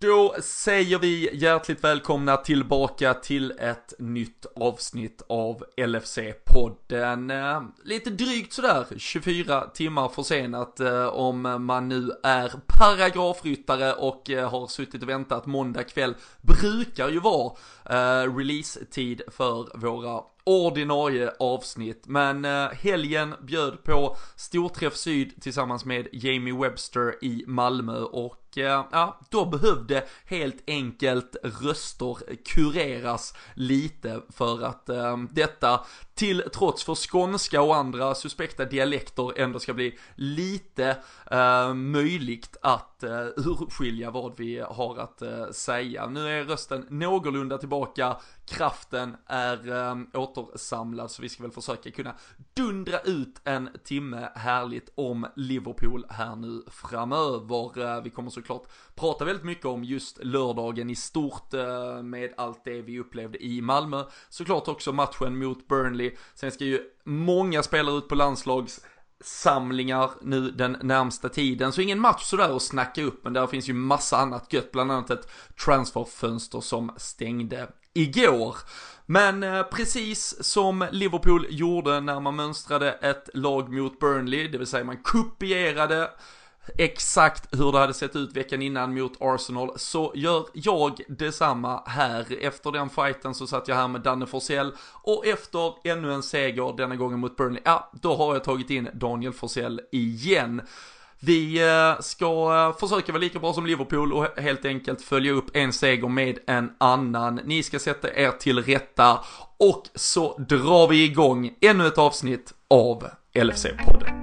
Då säger vi hjärtligt välkomna tillbaka till ett nytt avsnitt av LFC-podden. Lite drygt sådär, 24 timmar försenat om man nu är paragrafryttare och har suttit och väntat. Måndag kväll brukar ju vara release-tid för våra ordinarie avsnitt, men helgen bjöd på Storträff Syd tillsammans med Jamie Webster i Malmö och då behövde helt enkelt röster kureras lite för att detta till trots för skånska och andra suspekta dialekter ändå ska bli lite möjligt att urskilja vad vi har att säga. Nu är rösten någorlunda tillbaka, kraften är återsamlad, så vi ska väl försöka kunna dundra ut en timme härligt om Liverpool här nu framöver. Vi kommer såklart prata väldigt mycket om just lördagen i stort med allt det vi upplevde i Malmö. Såklart också matchen mot Burnley. Sen ska ju många spelare ut på landslagssamlingar nu den närmsta tiden. Så ingen match sådär att snacka upp, men där finns ju massa annat gött. Bland annat ett transferfönster som stängde igår. Men precis som Liverpool gjorde när man mönstrade ett lag mot Burnley, det vill säga man kopierade exakt hur det hade sett ut veckan innan mot Arsenal, så gör jag detsamma här. Efter den fighten så satt jag här med Danne Forsell, och efter ännu en seger denna gången mot Burnley, då har jag tagit in Daniel Forsell igen. Vi ska försöka vara lika bra som Liverpool och helt enkelt följa upp en seger med en annan. Ni ska sätta er till rätta, och så drar vi igång ännu ett avsnitt av LFC-podden.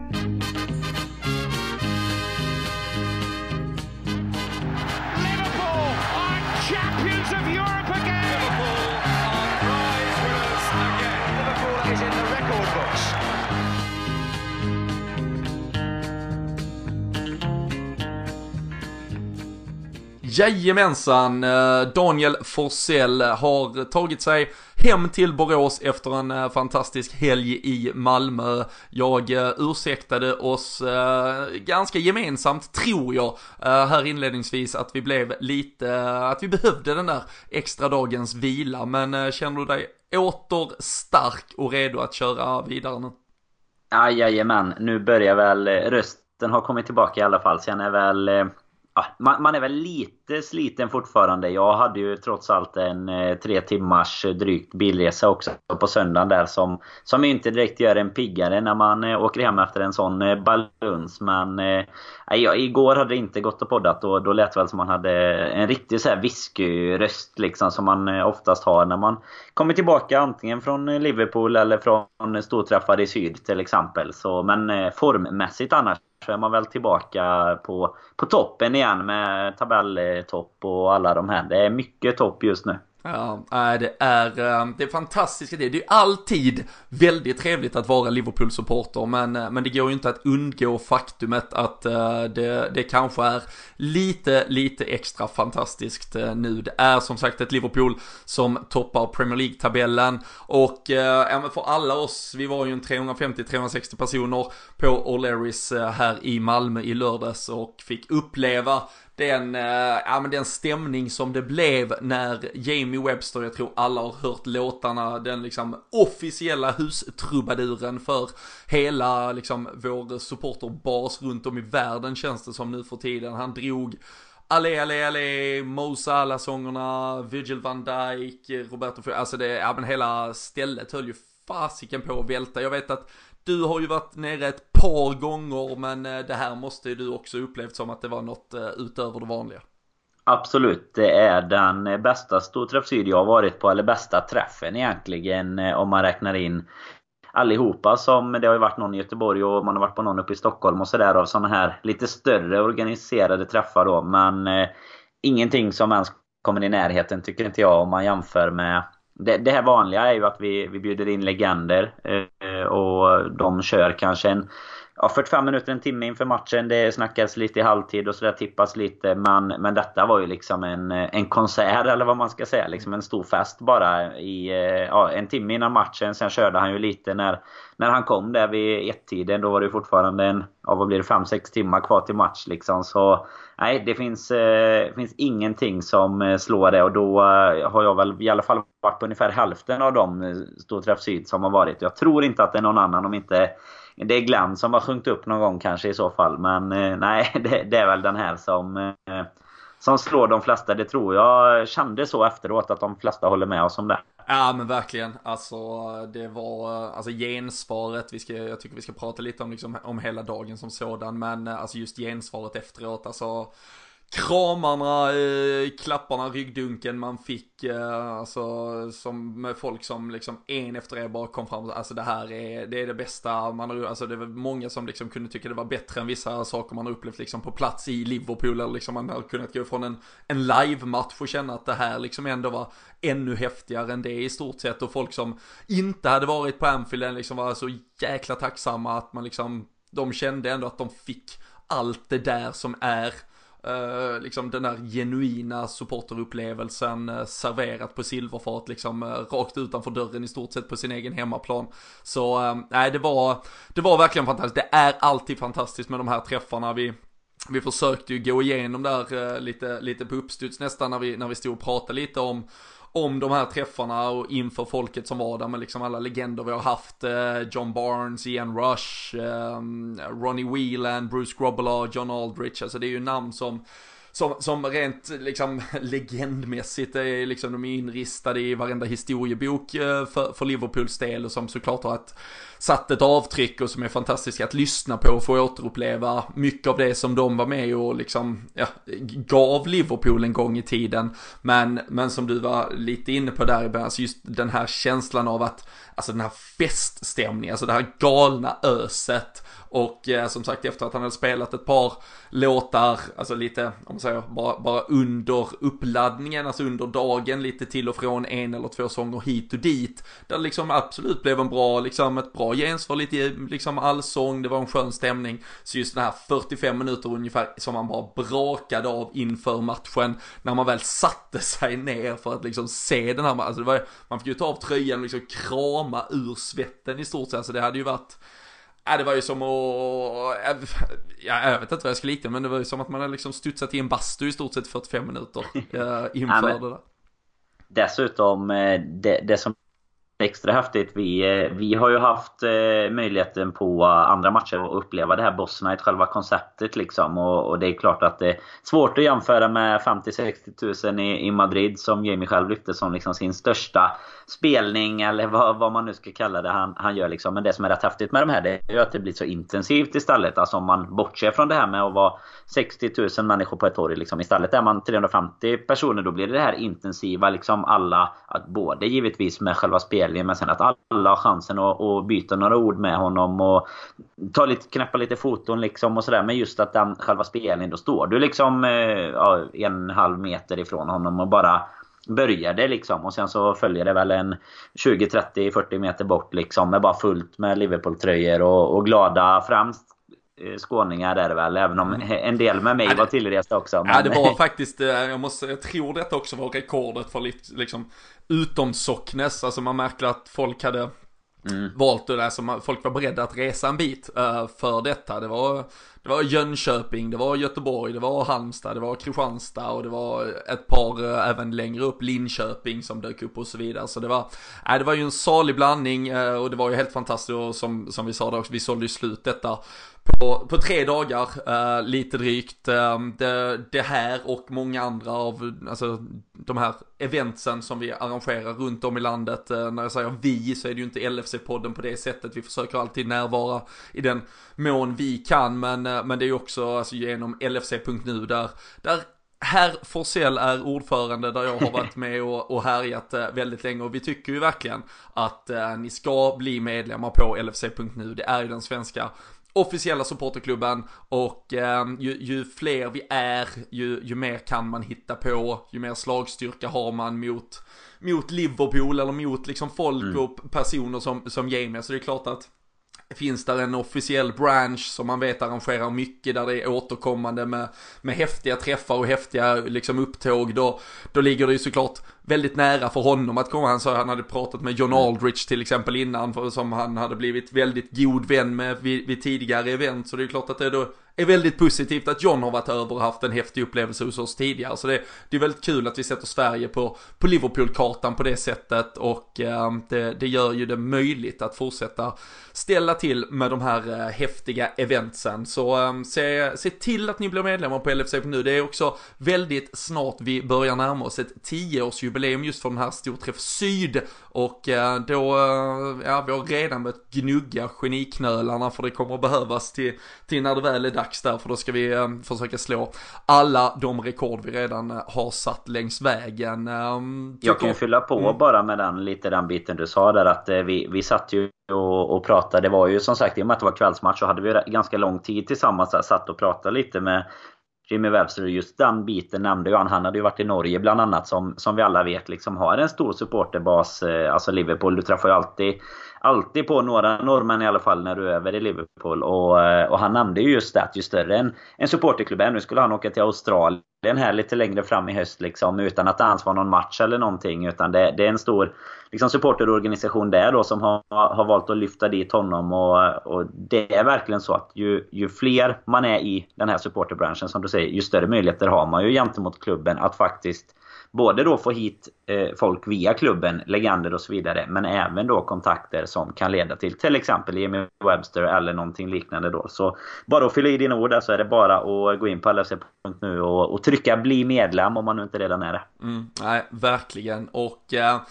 Jajamensan, Daniel Forsell har tagit sig hem till Borås efter en fantastisk helg i Malmö. Jag ursäktade oss ganska gemensamt, tror jag, här inledningsvis att vi blev lite, att vi behövde den där extra dagens vila. Men känner du dig åter stark och redo att köra vidare nu? Jajamän, nu börjar väl rösten ha kommit tillbaka i alla fall. Sen är väl... man är väl lite sliten fortfarande. Jag hade ju trots allt en 3 timmars drygt bilresa också på söndagen där som inte direkt gör en piggare när man åker hem efter en sån baluns. Men igår hade det inte gått att podda, och då lät väl som man hade en riktig så här whiskyröst liksom, som man oftast har när man kommer tillbaka antingen från Liverpool eller från storträffar i syd till exempel. Så, men formmässigt annars så är man väl tillbaka på toppen igen med tabelltopp och alla de här. Det är mycket topp just nu. Ja, det är fantastiskt. Det är ju alltid väldigt trevligt att vara Liverpool-supporter, men det går ju inte att undgå faktumet att det kanske är lite extra fantastiskt nu. Det är som sagt ett Liverpool som toppar Premier League-tabellen, och men för alla oss, vi var ju en 350-360 personer på O'Learys här i Malmö i lördags och fick uppleva den stämning som det blev när Jamie Webster, jag tror alla har hört låtarna, den liksom officiella hustrubaduren för hela liksom vår supporterbas runt om i världen, känns det som nu för tiden. Han drog Allé, Mo Salah-sångerna, Virgil van Dijk, Roberto, alltså hela stället höll ju fasiken på att välta. Jag vet att du har ju varit nere ett par gånger, men det här måste ju du också upplevt som att det var något utöver det vanliga. Absolut, det är den bästa storträffsyd jag har varit på, eller bästa träffen egentligen, om man räknar in allihopa. Som det har ju varit någon i Göteborg och man har varit på någon uppe i Stockholm och sådär, av sådana här lite större organiserade träffar då. Men ingenting som ens kommer i närheten, tycker inte jag, om man jämför med det här vanliga. Är ju att vi bjuder in legender och de kör kanske 45 minuter, en timme inför matchen. Det snackas lite i halvtid och så där, tippas lite. Men detta var ju liksom en konsert, eller vad man ska säga. Liksom en stor fest bara i en timme innan matchen. Sen körde han ju lite när han kom där vid 1-tiden. Då var det fortfarande 5-6 timmar kvar till match liksom. Så nej, det finns ingenting som slår det. Och då har jag väl i alla fall varit på ungefär hälften av de Storträff Syd som har varit. Jag tror inte att det är någon annan, om inte det är Glenn som har sjungit upp någon gång kanske i så fall. Men nej, det är väl den här som slår de flesta. Det tror jag kände så efteråt, att de flesta håller med oss om det. Ja, men verkligen. Alltså det var gensvaret. Jag tycker vi ska prata lite om, liksom, om hela dagen som sådan. Men alltså just gensvaret efteråt, alltså kramarna, klapparna, ryggdunken man fick, alltså som med folk som liksom en efter en bara kom fram, alltså det är det bästa man har, alltså det var många som liksom kunde tycka det var bättre än vissa saker man har upplevt liksom på plats i Liverpool, eller liksom man hade kunnat gå från en live-match och känna att det här liksom ändå var ännu häftigare än det i stort sett, och folk som inte hade varit på Anfield liksom var så jäkla tacksamma att man liksom, de kände ändå att de fick allt det där som är liksom den där genuina supporterupplevelsen serverat på silverfat liksom rakt utanför dörren i stort sett på sin egen hemmaplan. Så nej, det var verkligen fantastiskt. Det är alltid fantastiskt med de här träffarna. Vi försökte ju gå igenom där lite på uppstuds nästan när vi stod och pratade lite om de här träffarna och inför folket som var där, med liksom alla legender vi har haft, John Barnes, Ian Rush, Ronnie Whelan, Bruce Grobbelaar, John Aldrich. Alltså det är ju namn som rent liksom legendmässigt är liksom, de är inristade i varenda historiebok för Liverpools del, och som såklart har satt ett avtryck och som är fantastiska att lyssna på och få återuppleva mycket av det som de var med och liksom gav Liverpool en gång i tiden. Men som du var lite inne på där, alltså just den här känslan av att, alltså den här feststämningen, alltså det här galna öset. Och som sagt, efter att han hade spelat ett par låtar, alltså lite, om man säger, bara under uppladdningen, alltså under dagen, lite till och från en eller två sånger hit och dit, där liksom absolut blev ett bra gensvar, lite liksom allsång, det var en skön stämning. Så just den här 45 minuter ungefär som man bara brakade av inför matchen, när man väl satte sig ner för att liksom se den här, alltså man fick ju ta av tröjan och liksom krama ur svetten i stort sett. Alltså det hade ju varit, det var ju som att, jag vet inte vad jag ska likna, men det var ju som att man hade liksom studsat i en bastu i stort sett 45 minuter inför det där. Dessutom, det som är extra häftigt, vi har ju haft möjligheten på andra matcher att uppleva det här Boss Night, själva konceptet liksom, och det är klart att det är svårt att jämföra med 50-60 000 i Madrid, som Jamie själv lyfte som liksom sin största spelning, eller vad man nu ska kalla det han gör liksom. Men det som är rätt häftigt med de här, det är ju att det blir så intensivt istället. Alltså om man bortser från det här med att vara 60 000 människor på ett torg liksom, istället är man 350 personer, då blir det här intensiva liksom, alla, att både givetvis med själva spelningen, men sen att alla har chansen att byta några ord med honom och knäppa lite foton liksom och sådär. Men just att den själva spelningen, då står du liksom 1,5 meter ifrån honom och bara börjar det liksom, och sen så följer det väl en 20, 30, 40 meter bort liksom, med bara fullt med Liverpool-tröjor och glada, främst skåningar är det väl, även om en del med mig var tillresta också. Men... Ja, det var faktiskt, jag tror detta också var rekordet för liksom utom Socknes, alltså man märkte att folk hade valt det där, som folk var beredda att resa en bit för detta. Det var Jönköping, det var Göteborg, det var Halmstad, det var Kristianstad, och det var ett par även längre upp, Linköping, som dök upp och så vidare. Så det var ju en salig blandning, och det var ju helt fantastiskt, och som vi sa där också, vi sålde ju slut detta på 3 dagar, lite drygt. Det här och många andra av de här eventsen som vi arrangerar runt om i landet. När jag säger vi, så är det ju inte LFC-podden på det sättet. Vi försöker alltid närvara i den mån vi kan, men det är ju också genom LFC.nu där Herr Forsell är ordförande, där jag har varit med och härjat väldigt länge, och vi tycker ju verkligen att ni ska bli medlemmar på LFC.nu. Det är ju den svenska officiella supporterklubben, och ju fler vi är, ju mer kan man hitta på, ju mer slagstyrka har man mot Liverpool, eller mot liksom folk och personer som Jamie. Så det är klart att finns där en officiell branch som man vet arrangerar mycket, där det är återkommande med häftiga träffar och häftiga liksom upptåg, då ligger det ju såklart väldigt nära för honom att komma. Han sa att han hade pratat med John Aldrich till exempel innan, som han hade blivit väldigt god vän med vid tidigare event, så det är klart att det då är väldigt positivt att John har varit över och haft en häftig upplevelse hos oss tidigare. Så det är väldigt kul att vi sätter Sverige på Liverpool-kartan på det sättet, och det gör ju det möjligt att fortsätta ställa till med de här häftiga eventsen. Så se till att ni blir medlemmar på LFC nu. Det är också väldigt snart vi börjar närma oss ett 10-årsjubileum just för den här Storträff Syd, och då vi har redan börjat gnugga geniknölarna, för det kommer att behövas till när det väl är dags där, för då ska vi försöka slå alla de rekord vi redan har satt längs vägen. Jag kan ju fylla på bara med den biten du sa där, att vi satt ju och pratade. Det var ju som sagt, i och med att det var kvällsmatch, så hade vi ganska lång tid tillsammans där, satt och pratade lite med Jimmy Webster, och just den biten nämnde ju han hade ju varit i Norge bland annat, som vi alla vet liksom har en stor supporterbas, alltså Liverpool. Du träffar ju alltid på några norrmän i alla fall när du är över i Liverpool, och han nämnde ju just att ju större en supporterklubb är, nu skulle han åka till Australien här lite längre fram i höst liksom, utan att det ens var någon match eller någonting, utan det är en stor liksom supporterorganisation där då som har valt att lyfta dit honom, och det är verkligen så att ju fler man är i den här supporterbranschen, som du säger, ju större möjligheter har man ju gentemot klubben att faktiskt både då få hit folk via klubben, legender och så vidare, men även då kontakter som kan leda till exempel Jimmy Webster eller någonting liknande då. Så bara att fylla i dina ord där, så är det bara att gå in på LFC.nu och trycka bli medlem om man nu inte redan är det. Nej, verkligen. Och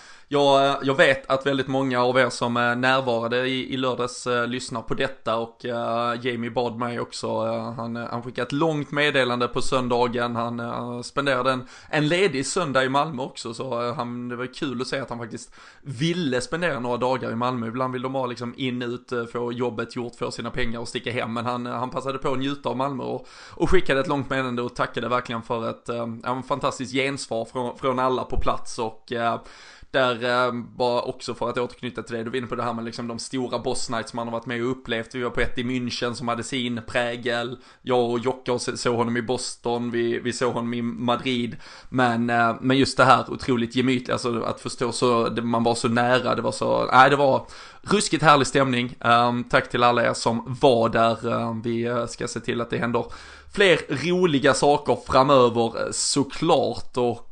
jag vet att väldigt många av er som närvarade i lördags lyssnar på detta, och Jamie bad mig också. Han skickade ett långt meddelande på söndagen. Han spenderade en ledig söndag i Malmö också, så det var kul att se att han faktiskt ville spendera några dagar i Malmö. Ibland vill de ha liksom in, ut, få jobbet gjort, få sina pengar och sticka hem, men han passade på att njuta av Malmö och skickade ett långt meddelande och tackade verkligen för ett fantastiskt gensvar från alla på plats. Och där bara också för att återknyta till det, du var inne på det här med liksom de stora boss nights man har varit med och upplevt. Vi var på ett i München som hade sin prägel. Jag och Jocke såg honom i Boston, vi såg honom i Madrid. Men just det här otroligt gemytligt, alltså att förstå så, man var så nära, det var ruskigt härlig stämning. Tack till alla er som var där. Vi ska se till att det händer fler roliga saker framöver såklart, och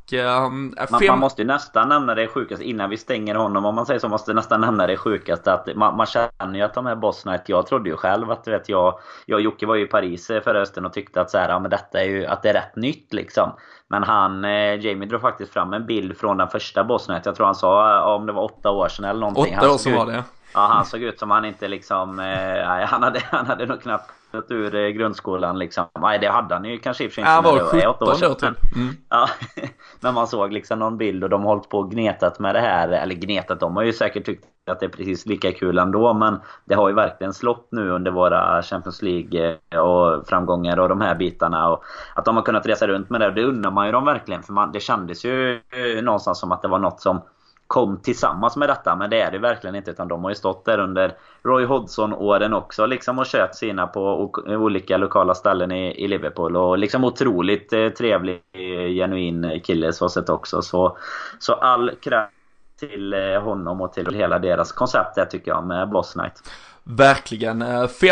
man måste ju nästan nämna det sjukaste innan vi stänger honom, om man säger så, måste nästan nämna det sjukaste att man känner ju att de här boss night, jag trodde ju själv att jag och Jocke var ju i Paris förra hösten och tyckte att så här, men detta är ju att det är rätt nytt liksom, men Jamie drog faktiskt fram en bild från den första boss night, jag tror han sa om det var 8 år sedan eller någonting. 8 år sedan var det. Ja, han såg ut som han inte liksom han hade nog knappt gått ur grundskolan liksom. Nej, det hade han ju kanske i och för sig inte. Han var 17 år sedan. Ja, men man såg liksom någon bild och de har hållit på och gnetat med det här, eller gnetat, de har ju säkert tyckt att det är precis lika kul ändå, men det har ju verkligen slått nu under våra Champions League och framgångar och de här bitarna, och att de har kunnat resa runt med det undrar man ju dem verkligen, för det kändes ju någonstans som att det var något som kom tillsammans med detta, men det är det verkligen inte, utan de har ju stått där under Roy Hodgson-åren också liksom, och kört sina på olika lokala ställen i Liverpool, och liksom otroligt trevlig, genuin kille så sett också, så all kraft till honom och till hela deras koncept där, tycker jag, med Boss Night. Verkligen,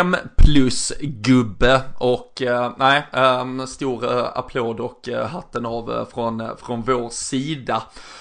5+ gubbe, och stor applåd och hatten av från vår sida.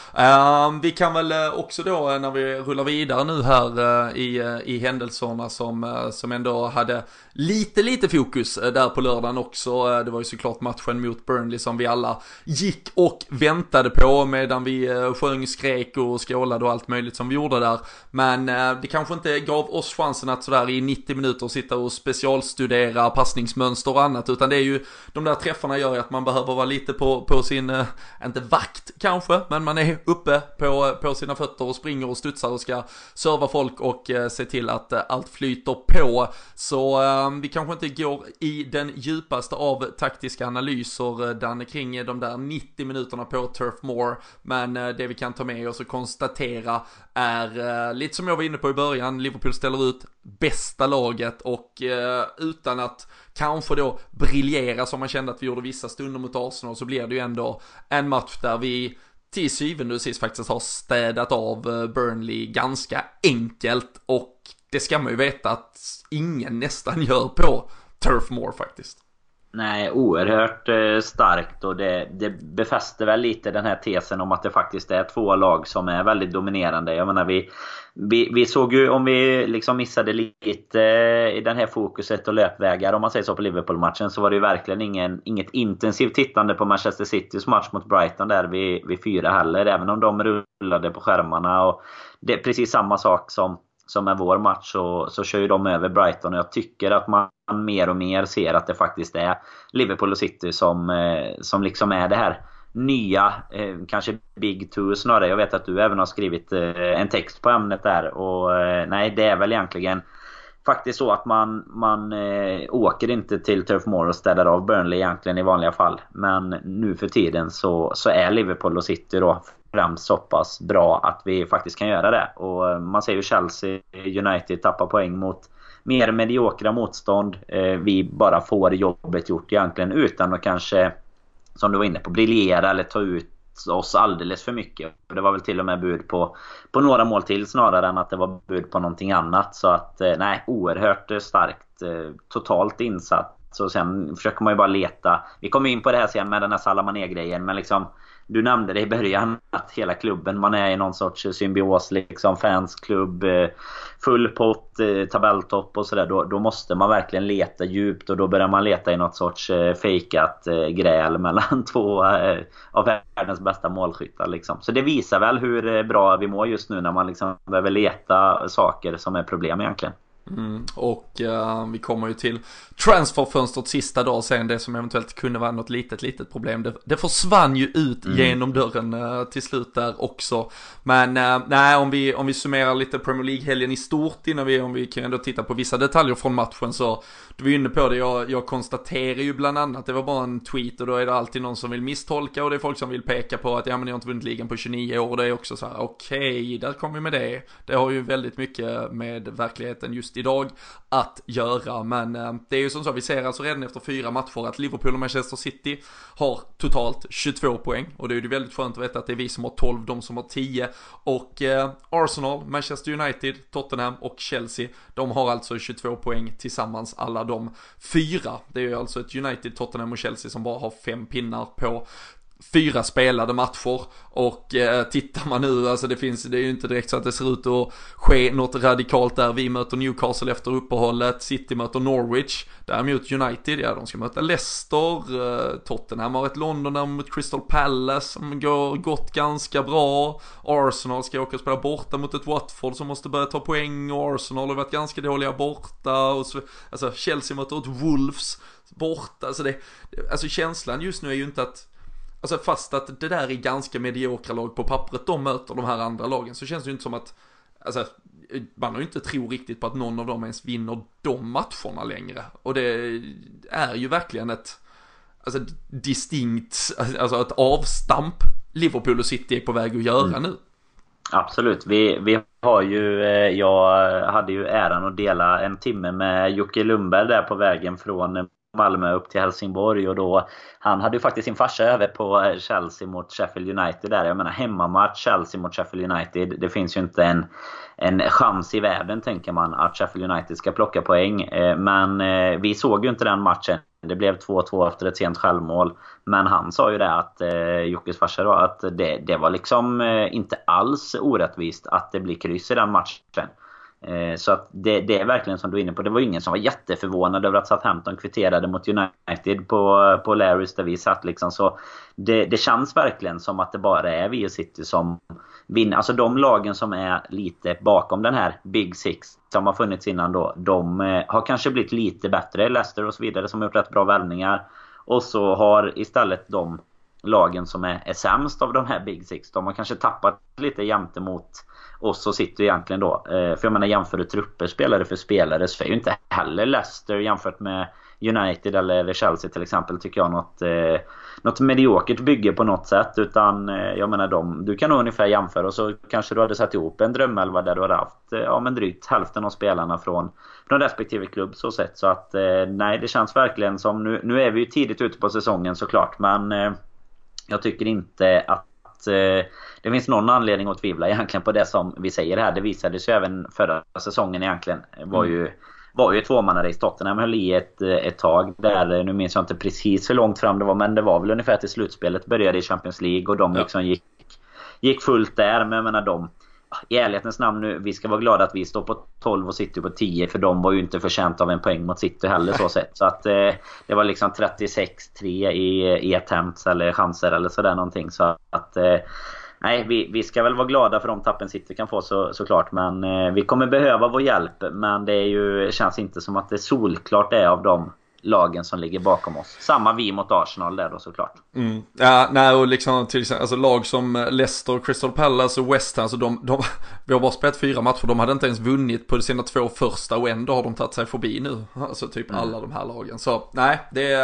Vi kan väl också då, när vi rullar vidare nu här i händelserna som ändå hade lite fokus där på lördagen också. Det var ju såklart matchen mot Burnley som vi alla gick och väntade på, medan vi sjöng, skrek och skålade och allt möjligt som vi gjorde där. Men det kanske inte gav oss chansen att sådär i 90 minuter sitta och specialstudera passningsmönster och annat, utan det är ju, de där träffarna gör ju att man behöver vara lite på sin, inte vakt kanske, men man är uppe på sina fötter och springer och studsar och ska serva folk och se till att allt flyter på. Så vi kanske inte går i den djupaste av taktiska analyser kring de där 90 minuterna på Turf Moor, men det vi kan ta med oss och konstatera är lite som jag var inne på i början. Liverpool ställer ut bästa laget och utan att kanske då briljera som man kände att vi gjorde vissa stunder mot Arsenal, så blir det ju ändå en match där vi till syvende och sist faktiskt har städat av Burnley ganska enkelt, och det ska man ju veta att ingen nästan gör på Turf Moor faktiskt. Nej, oerhört starkt, och det befäster väl lite den här tesen om att det faktiskt är två lag som är väldigt dominerande. Jag menar, vi såg ju, om vi liksom missade lite i den här fokuset och löpvägar, om man säger så, på Liverpool-matchen, så var det ju verkligen inget intensivt tittande på Manchester Citys match mot Brighton där vid 4 heller, även om de rullade på skärmarna. Och det är precis samma sak som med vår match, så kör ju de över Brighton, och jag tycker att man mer och mer ser att det faktiskt är Liverpool och City som liksom är det här nya, kanske Big Two snarare. Jag vet att du även har skrivit en text på ämnet där, och nej, det är väl egentligen faktiskt så att man åker inte till Turf Moor och städar av Burnley egentligen i vanliga fall, men nu för tiden så är Liverpool och City då främst så pass bra att vi faktiskt kan göra det. Och man ser ju Chelsea United tappa poäng mot mer mediokra motstånd. Vi bara får jobbet gjort egentligen utan att kanske, som du var inne på, briljera eller ta ut oss alldeles för mycket. Det var väl till och med bud på några mål till snarare än att det var bud på någonting annat. Så att nej, oerhört starkt, totalt insatt. Så sen försöker man ju bara leta. Vi kommer in på det här sen med den här Salah Mané-grejen, men liksom, du nämnde det i början att hela klubben, man är i någon sorts symbios, liksom fansklubb, full pott, tabelltopp och sådär. Då måste man verkligen leta djupt, och då börjar man leta i något sorts fejkat gräl mellan två av världens bästa målskyttar liksom. Så det visar väl hur bra vi mår just nu, när man liksom behöver leta saker som är problem egentligen. Och vi kommer ju till transferfönstret sista dag sen. Det som eventuellt kunde vara något litet problem, det försvann ju ut genom dörren till slut där också. Men nej, om vi summerar lite Premier League-helgen i stort innan om vi kan ändå titta på vissa detaljer från matchen, så du var inne på det. Jag konstaterar ju bland annat, det var bara en tweet, och då är det alltid någon som vill misstolka, och det är folk som vill peka på att ja, men jag har inte vunnit ligan på 29 år, och det är också så här, okej, där kommer vi med det. Det har ju väldigt mycket med verkligheten just idag att göra, men det är ju som så, vi ser alltså redan efter 4 matcher att Liverpool och Manchester City har totalt 22 poäng, och det är ju väldigt skönt att veta att det är vi som har 12, de som har 10, och Arsenal, Manchester United, Tottenham och Chelsea, de har alltså 22 poäng tillsammans, alla de 4. Det är ju alltså ett United, Tottenham och Chelsea som bara har 5 pinnar på 4 spelade matcher. Och tittar man nu, alltså det är ju inte direkt så att det ser ut att ske något radikalt där. Vi möter Newcastle efter uppehållet, City möter Norwich, däremot United, ja, de ska möta Leicester, Tottenham har ett London där mot Crystal Palace som gått ganska bra, Arsenal ska åka och spela borta mot ett Watford som måste börja ta poäng, och Arsenal har varit ganska dåliga borta, och så, alltså Chelsea möter ett Wolves borta, alltså känslan just nu är ju inte att, alltså fast att det där är ganska mediokra lag på pappret de möter de här andra lagen, så känns det ju inte som att, alltså man har ju inte tro riktigt på att någon av dem ens vinner de matcherna längre. Och det är ju verkligen ett distinkt, alltså ett avstamp Liverpool och City är på väg att göra nu. Absolut, vi har ju, jag hade ju äran att dela en timme med Jocke Lundberg där på vägen från Malmö upp till Helsingborg, och då han hade ju faktiskt sin farsa över på Chelsea mot Sheffield United där. Jag menar, hemmamatch Chelsea mot Sheffield United, det finns ju inte en chans i världen, tänker man, att Sheffield United ska plocka poäng. Men vi såg ju inte den matchen. Det blev 2-2 efter ett sent självmål. Men han sa ju det, att Jockes farsa då, att det var liksom inte alls orättvist att det blir kryss i den matchen. Så att det är verkligen som du är inne på. Det var ingen som var jätteförvånad över att Southampton kvitterade mot United på Larrys där vi satt liksom. Så det känns verkligen som att det bara är vi och City som vinner. Alltså de lagen som är lite bakom den här Big Six som har funnits innan då, de har kanske blivit lite bättre. Leicester och så vidare som har gjort rätt bra värvningar. Och så har istället de lagen som är sämst av de här Big Six, de har kanske tappat lite jämte mot oss och City egentligen då. För jag menar, jämför du trupper spelare för spelare, så är ju inte heller Leicester jämfört med United eller Chelsea till exempel, tycker jag, något mediokert bygge på något sätt. Utan jag menar, du kan nog ungefär jämföra, och så kanske du hade satt ihop en drömelva där du hade haft men drygt hälften av spelarna från respektive klubb, så sett. Så att nej, det känns verkligen som, nu är vi ju tidigt ute på säsongen såklart, men jag tycker inte att det finns någon anledning att tvivla egentligen på det som vi säger här. Det visade sig även förra säsongen egentligen. Var ju tvåmannarace. Tottenham höll i ett tag där. Nu minns jag inte precis hur långt fram det var, men det var väl ungefär till slutspelet började i Champions League, och de liksom gick fullt där. Men jag menar, i ärlighetens namn nu, vi ska vara glada att vi står på 12 och City på 10, för de var ju inte förtjänt av en poäng mot City heller, så sett. Så att det var liksom 36-3 i attempts eller chanser eller sådär någonting. Så att nej, vi ska väl vara glada för de tappen City kan få, såklart. Men vi kommer behöva vår hjälp. Men det känns inte som att det solklart är av de lagen som ligger bakom oss. Samma vi mot Arsenal där då, såklart. Ja, nej, och liksom till exempel, alltså lag som Leicester, Crystal Palace och West Ham, så vi har bara spelat 4 matcher, de hade inte ens vunnit på sina 2 första, och ändå har de tagit sig förbi nu. Alltså typ alla de här lagen. Så nej,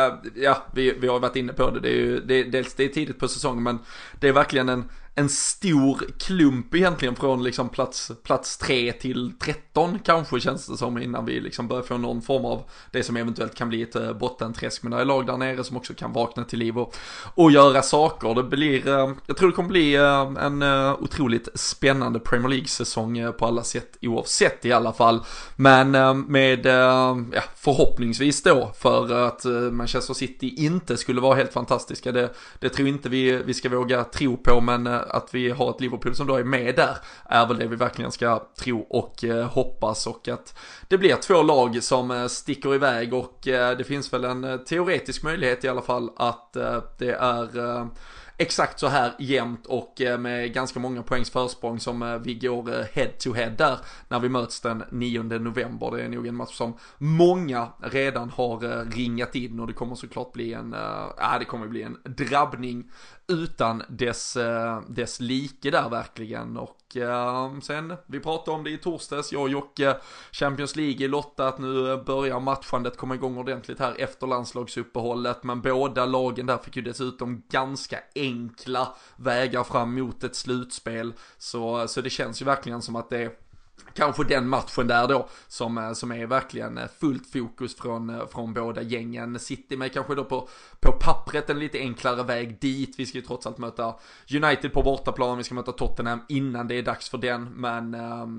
vi har varit inne på det. Det är tidigt på säsongen, men det är verkligen en stor klump egentligen från liksom plats 3 till 13 kanske, känns det som, innan vi liksom börjar få någon form av det som eventuellt kan bli ett bottenträsk. Men det är lag där nere som också kan vakna till liv och göra saker. Det blir, jag tror det kommer bli en otroligt spännande Premier League-säsong på alla sätt, oavsett i alla fall. Men med förhoppningsvis då, för att Manchester City inte skulle vara helt fantastiska, det tror inte vi ska våga tro på, men att vi har ett Liverpool som då är med där är väl det vi verkligen ska tro och hoppas, och att det blir 2 lag som sticker iväg, och det finns väl en teoretisk möjlighet i alla fall att det är exakt så här jämnt och med ganska många poängs försprång som vi går head to head där när vi möts den 9 november. Det är nog en match som många redan har ringat in, och det kommer såklart bli en drabbning utan dess like där verkligen. Och sen, vi pratade om det i torsdags, jag och Jocke, Champions League i Lotta, att nu börjar matchandet komma igång ordentligt här efter landslagsuppehållet, men båda lagen där fick ju dessutom ganska enkla vägar fram mot ett slutspel, så det känns ju verkligen som att det är kanske den matchen där då som är verkligen fullt fokus från båda gängen. City med kanske då på pappret en lite enklare väg dit. Vi ska ju trots allt möta United på bortaplan, vi ska möta Tottenham innan det är dags för den, men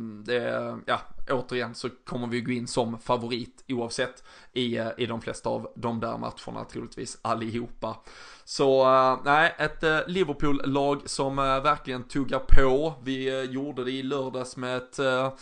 återigen så kommer vi gå in som favorit oavsett i de flesta av de där matcherna, troligtvis allihopa. Så nej, ett Liverpool-lag som verkligen tuggar på. Vi gjorde det i lördags med ett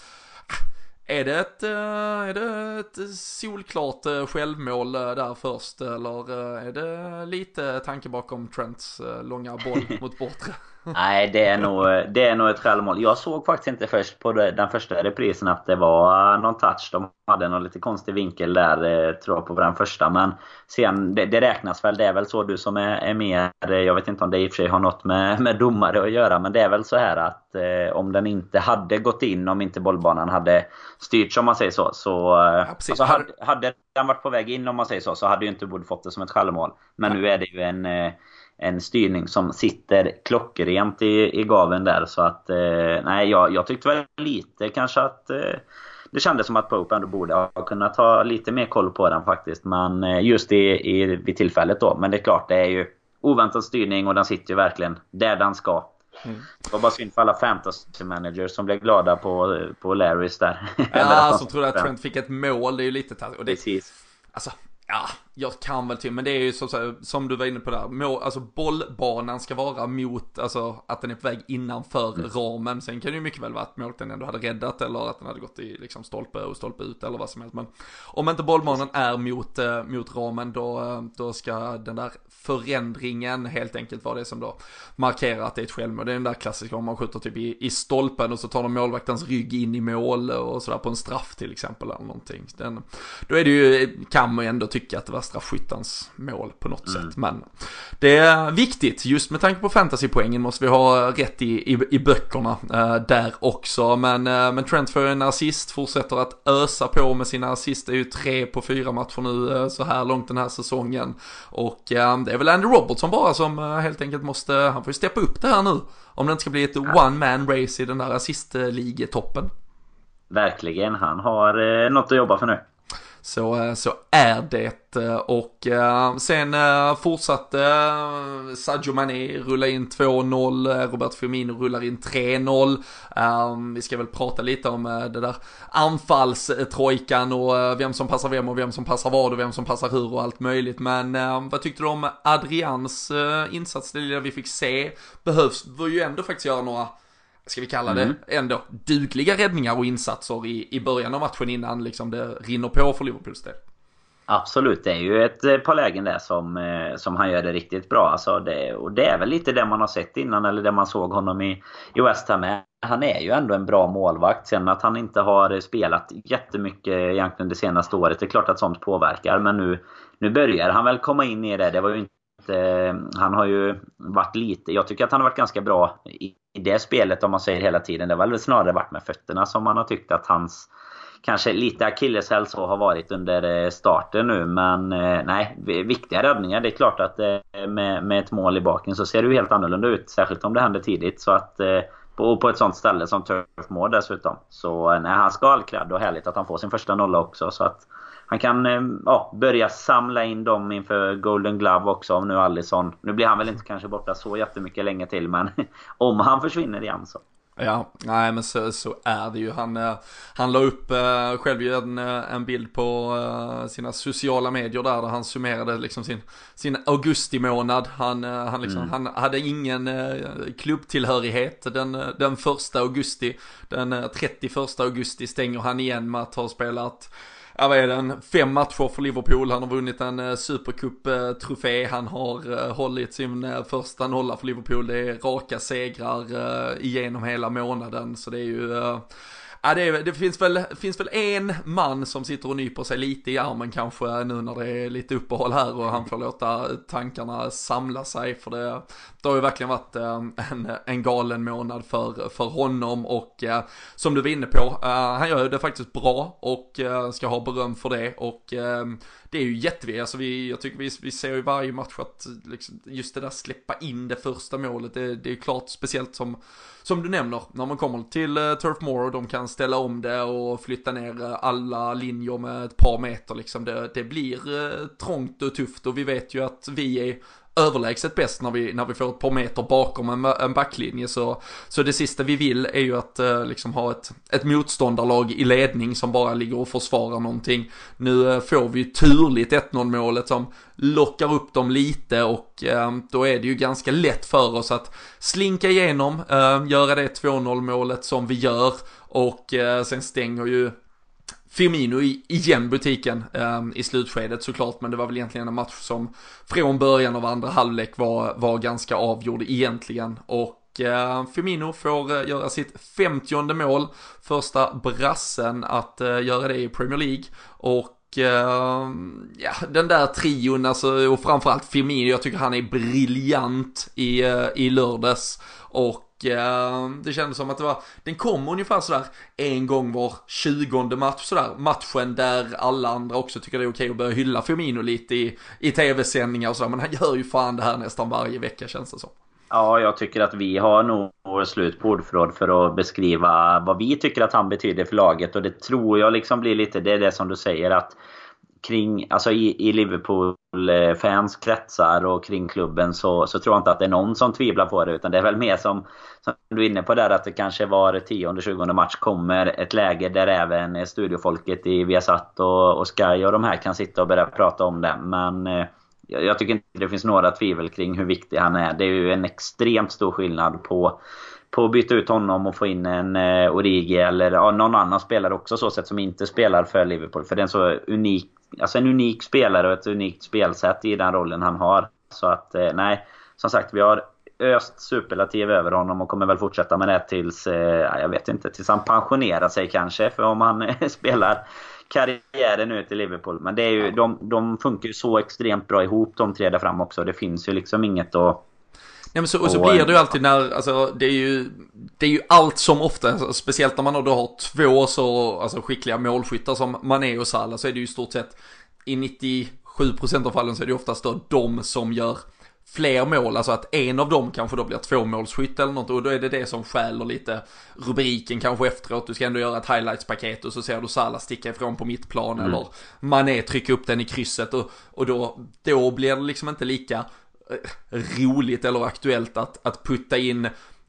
är det ett solklart självmål där först, eller är det lite tanke bakom Trents långa boll mot bortre? Nej, det är nog ett självmål. Jag såg faktiskt inte först på den första reprisen att det var någon touch. De hade någon lite konstig vinkel där, tror jag, på den första. Men sen, det räknas väl. Det är väl så, du som är med. Jag vet inte om det i och för sig har något med domare att göra. Men det är väl så här att om den inte hade gått in, om inte bollbanan hade styrt, som man säger så alltså hade den varit på väg in, om man säger så hade ju inte borde fått det som ett självmål. Men nu är det ju en styrning som sitter klockrent i gaven där. Så att nej, jag tyckte väl lite kanske att det kändes som att Pope ändå borde ha kunnat ta lite mer koll på den faktiskt. Men just vid tillfället då. Men det är klart, det är ju oväntad styrning, och den sitter ju verkligen där den ska. Det var bara synd för alla fantasy managers som blev glada på Larrys där. Ja, som trodde att Trent fick ett mål. Det är ju lite precis. Alltså, ja, jag kan väl till, men det är ju så, som du var inne på där, alltså bollbanan ska vara mot, alltså att den är på väg innanför ramen. Sen kan det ju mycket väl vara att målten ändå hade räddat, eller att den hade gått i liksom stolpe ut eller vad som helst. Men om inte bollbanan är mot ramen, då ska den där förändringen helt enkelt vara det som då markerar att det är ett självmål. Det är den där klassiska om man skjuter typ i stolpen och så tar de målvaktens rygg in i mål och sådär på en straff till exempel eller någonting. Då är det ju, kan man ju ändå tycka att det var göra straffskyttans mål på något sätt. Men det är viktigt, just med tanke på fantasypoängen måste vi ha rätt i böckerna där också. Men Trent för en assist, fortsätter att ösa på med sina assist. Det är ju 3 på 4 matcher nu så här långt den här säsongen. Och det är väl Andy Robertson bara som helt enkelt han får ju steppa upp det här nu. Om det inte ska bli ett one-man race i den där assistligetoppen. Verkligen, han har något att jobba för nu. Så är det. Och sen fortsatte Sadio Mané rulla in 2-0, Roberto Firmino rullar in 3-0. Vi ska väl prata lite om det där anfallstrojkan och vem som passar vem och vem som passar vad och vem som passar hur och allt möjligt. Men vad tyckte du om Adrians insats? Det lilla vi fick se behövs ju ändå faktiskt göra några, ska vi kalla det, ändå dugliga räddningar och insatser i början av matchen innan liksom det rinner på för Liverpools del. Absolut, det är ju ett par lägen där som han gör det riktigt bra. Alltså och det är väl lite det man har sett innan, eller det man såg honom i West Ham med. Han är ju ändå en bra målvakt. Sen att han inte har spelat jättemycket egentligen det senaste året, det är klart att sånt påverkar. Men nu börjar han väl komma in i det. Det var ju inte, han har ju varit lite, jag tycker att han har varit ganska bra i det spelet om man säger hela tiden. Det var väl snarare varit med fötterna som man har tyckt att hans kanske lite akilleshäl så har varit under starten nu. Men nej, viktiga räddningar. Det är klart att med ett mål i baken så ser det ju helt annorlunda ut. Särskilt om det händer tidigt. Så att på ett sånt ställe som Turf Moor dessutom. Så nej, han ska ha all cred och härligt att han får sin första nolla också. Så att han kan börja samla in dem inför Golden Glove också. Om nu Alisson, nu blir han väl inte kanske borta så jättemycket länge till. Men om han försvinner igen så. Ja, nej men så är det ju. Han la upp själv en bild på sina sociala medier där han summerade liksom sin augustimånad. Han hade ingen klubbtillhörighet den 1 augusti. Den 31 augusti stänger han igen med att ha spelat 5 matcher för Liverpool. Han har vunnit en Supercup-trofé. Han har hållit sin första nolla för Liverpool. Det är raka segrar igenom hela månaden. Så det är ju det finns väl en man som sitter och nyper sig lite i armen kanske nu när det är lite uppehåll här och han får låta tankarna samla sig, för det har ju verkligen varit en galen månad för honom. Och som du var inne på, han gör det faktiskt bra och ska ha beröm för det. Och det är ju jätteviktigt. Alltså jag tycker vi ser ju varje match att liksom, just det där släppa in det första målet, det är klart, speciellt som du nämner, när man kommer till Turf Moor och de kan ställa om det och flytta ner alla linjer med ett par meter liksom. Det blir trångt och tufft, och vi vet ju att vi är överlägset bäst när vi får ett par meter bakom en backlinje. Så det sista vi vill är ju att liksom ha ett motståndarlag i ledning som bara ligger och försvarar någonting. Nu får vi ju turligt 1-0 målet som lockar upp dem lite, och då är det ju ganska lätt för oss att slinka igenom, göra det 2-0 målet som vi gör, och sen stänger ju Firmino igen butiken i slutskedet såklart. Men det var väl egentligen en match som från början av andra halvlek var ganska avgjord egentligen. Och Firmino får göra sitt 50:e mål, första brassen att göra det i Premier League. Och den där trion, alltså, och framförallt Firmino, jag tycker han är briljant i lördags. Och det kändes som att den kom ungefär sådär en gång var 20:e match, sådär matchen där alla andra också tycker det är okej att börja hylla Firmino lite i tv-sändningar och sådär, men han gör ju fan det här nästan varje vecka, känns det som. Ja, jag tycker att vi har nog slut på ordförråd för att beskriva vad vi tycker att han betyder för laget, och det tror jag liksom blir lite, det är det som du säger, att kring, alltså i Liverpool-fans kretsar och kring klubben så tror jag inte att det är någon som tvivlar på det, utan det är väl mer som du är inne på där, att det kanske var 10:e-20:e match kommer ett läge där även studiofolket i Viasat och Sky och de här kan sitta och börja prata om det. Men jag tycker inte det finns några tvivel kring hur viktig han är. Det är ju en extremt stor skillnad på att byta ut honom och få in en Origi eller någon annan spelare också, så sätt som inte spelar för Liverpool. För det är en så en unik spelare och ett unikt spelsätt i den rollen han har. Så att nej, som sagt, vi har öst superlativ över honom och kommer väl fortsätta med det tills jag vet inte, tills han pensionerar sig kanske. För om han spelar karriären ut i Liverpool. Men det är ju, de funkar ju så extremt bra ihop, de tre där fram också. Det finns ju liksom inget att... Ja, men så blir det ju alltid när, alltså det är ju allt som ofta, alltså, speciellt när man då har två så alltså, skickliga målskyttar som Mané och Salah, så är det ju i stort sett i 97% av fallen så är det ju oftast då de som gör fler mål, alltså att en av dem kanske då blir tvåmålsskytt eller något, och då är det som skäller lite rubriken kanske efteråt. Du ska ändå göra ett highlights-paket och så ser du Salah sticka ifrån på mittplan eller Mané trycka upp den i krysset, och då blir det liksom inte lika roligt eller aktuellt att putta in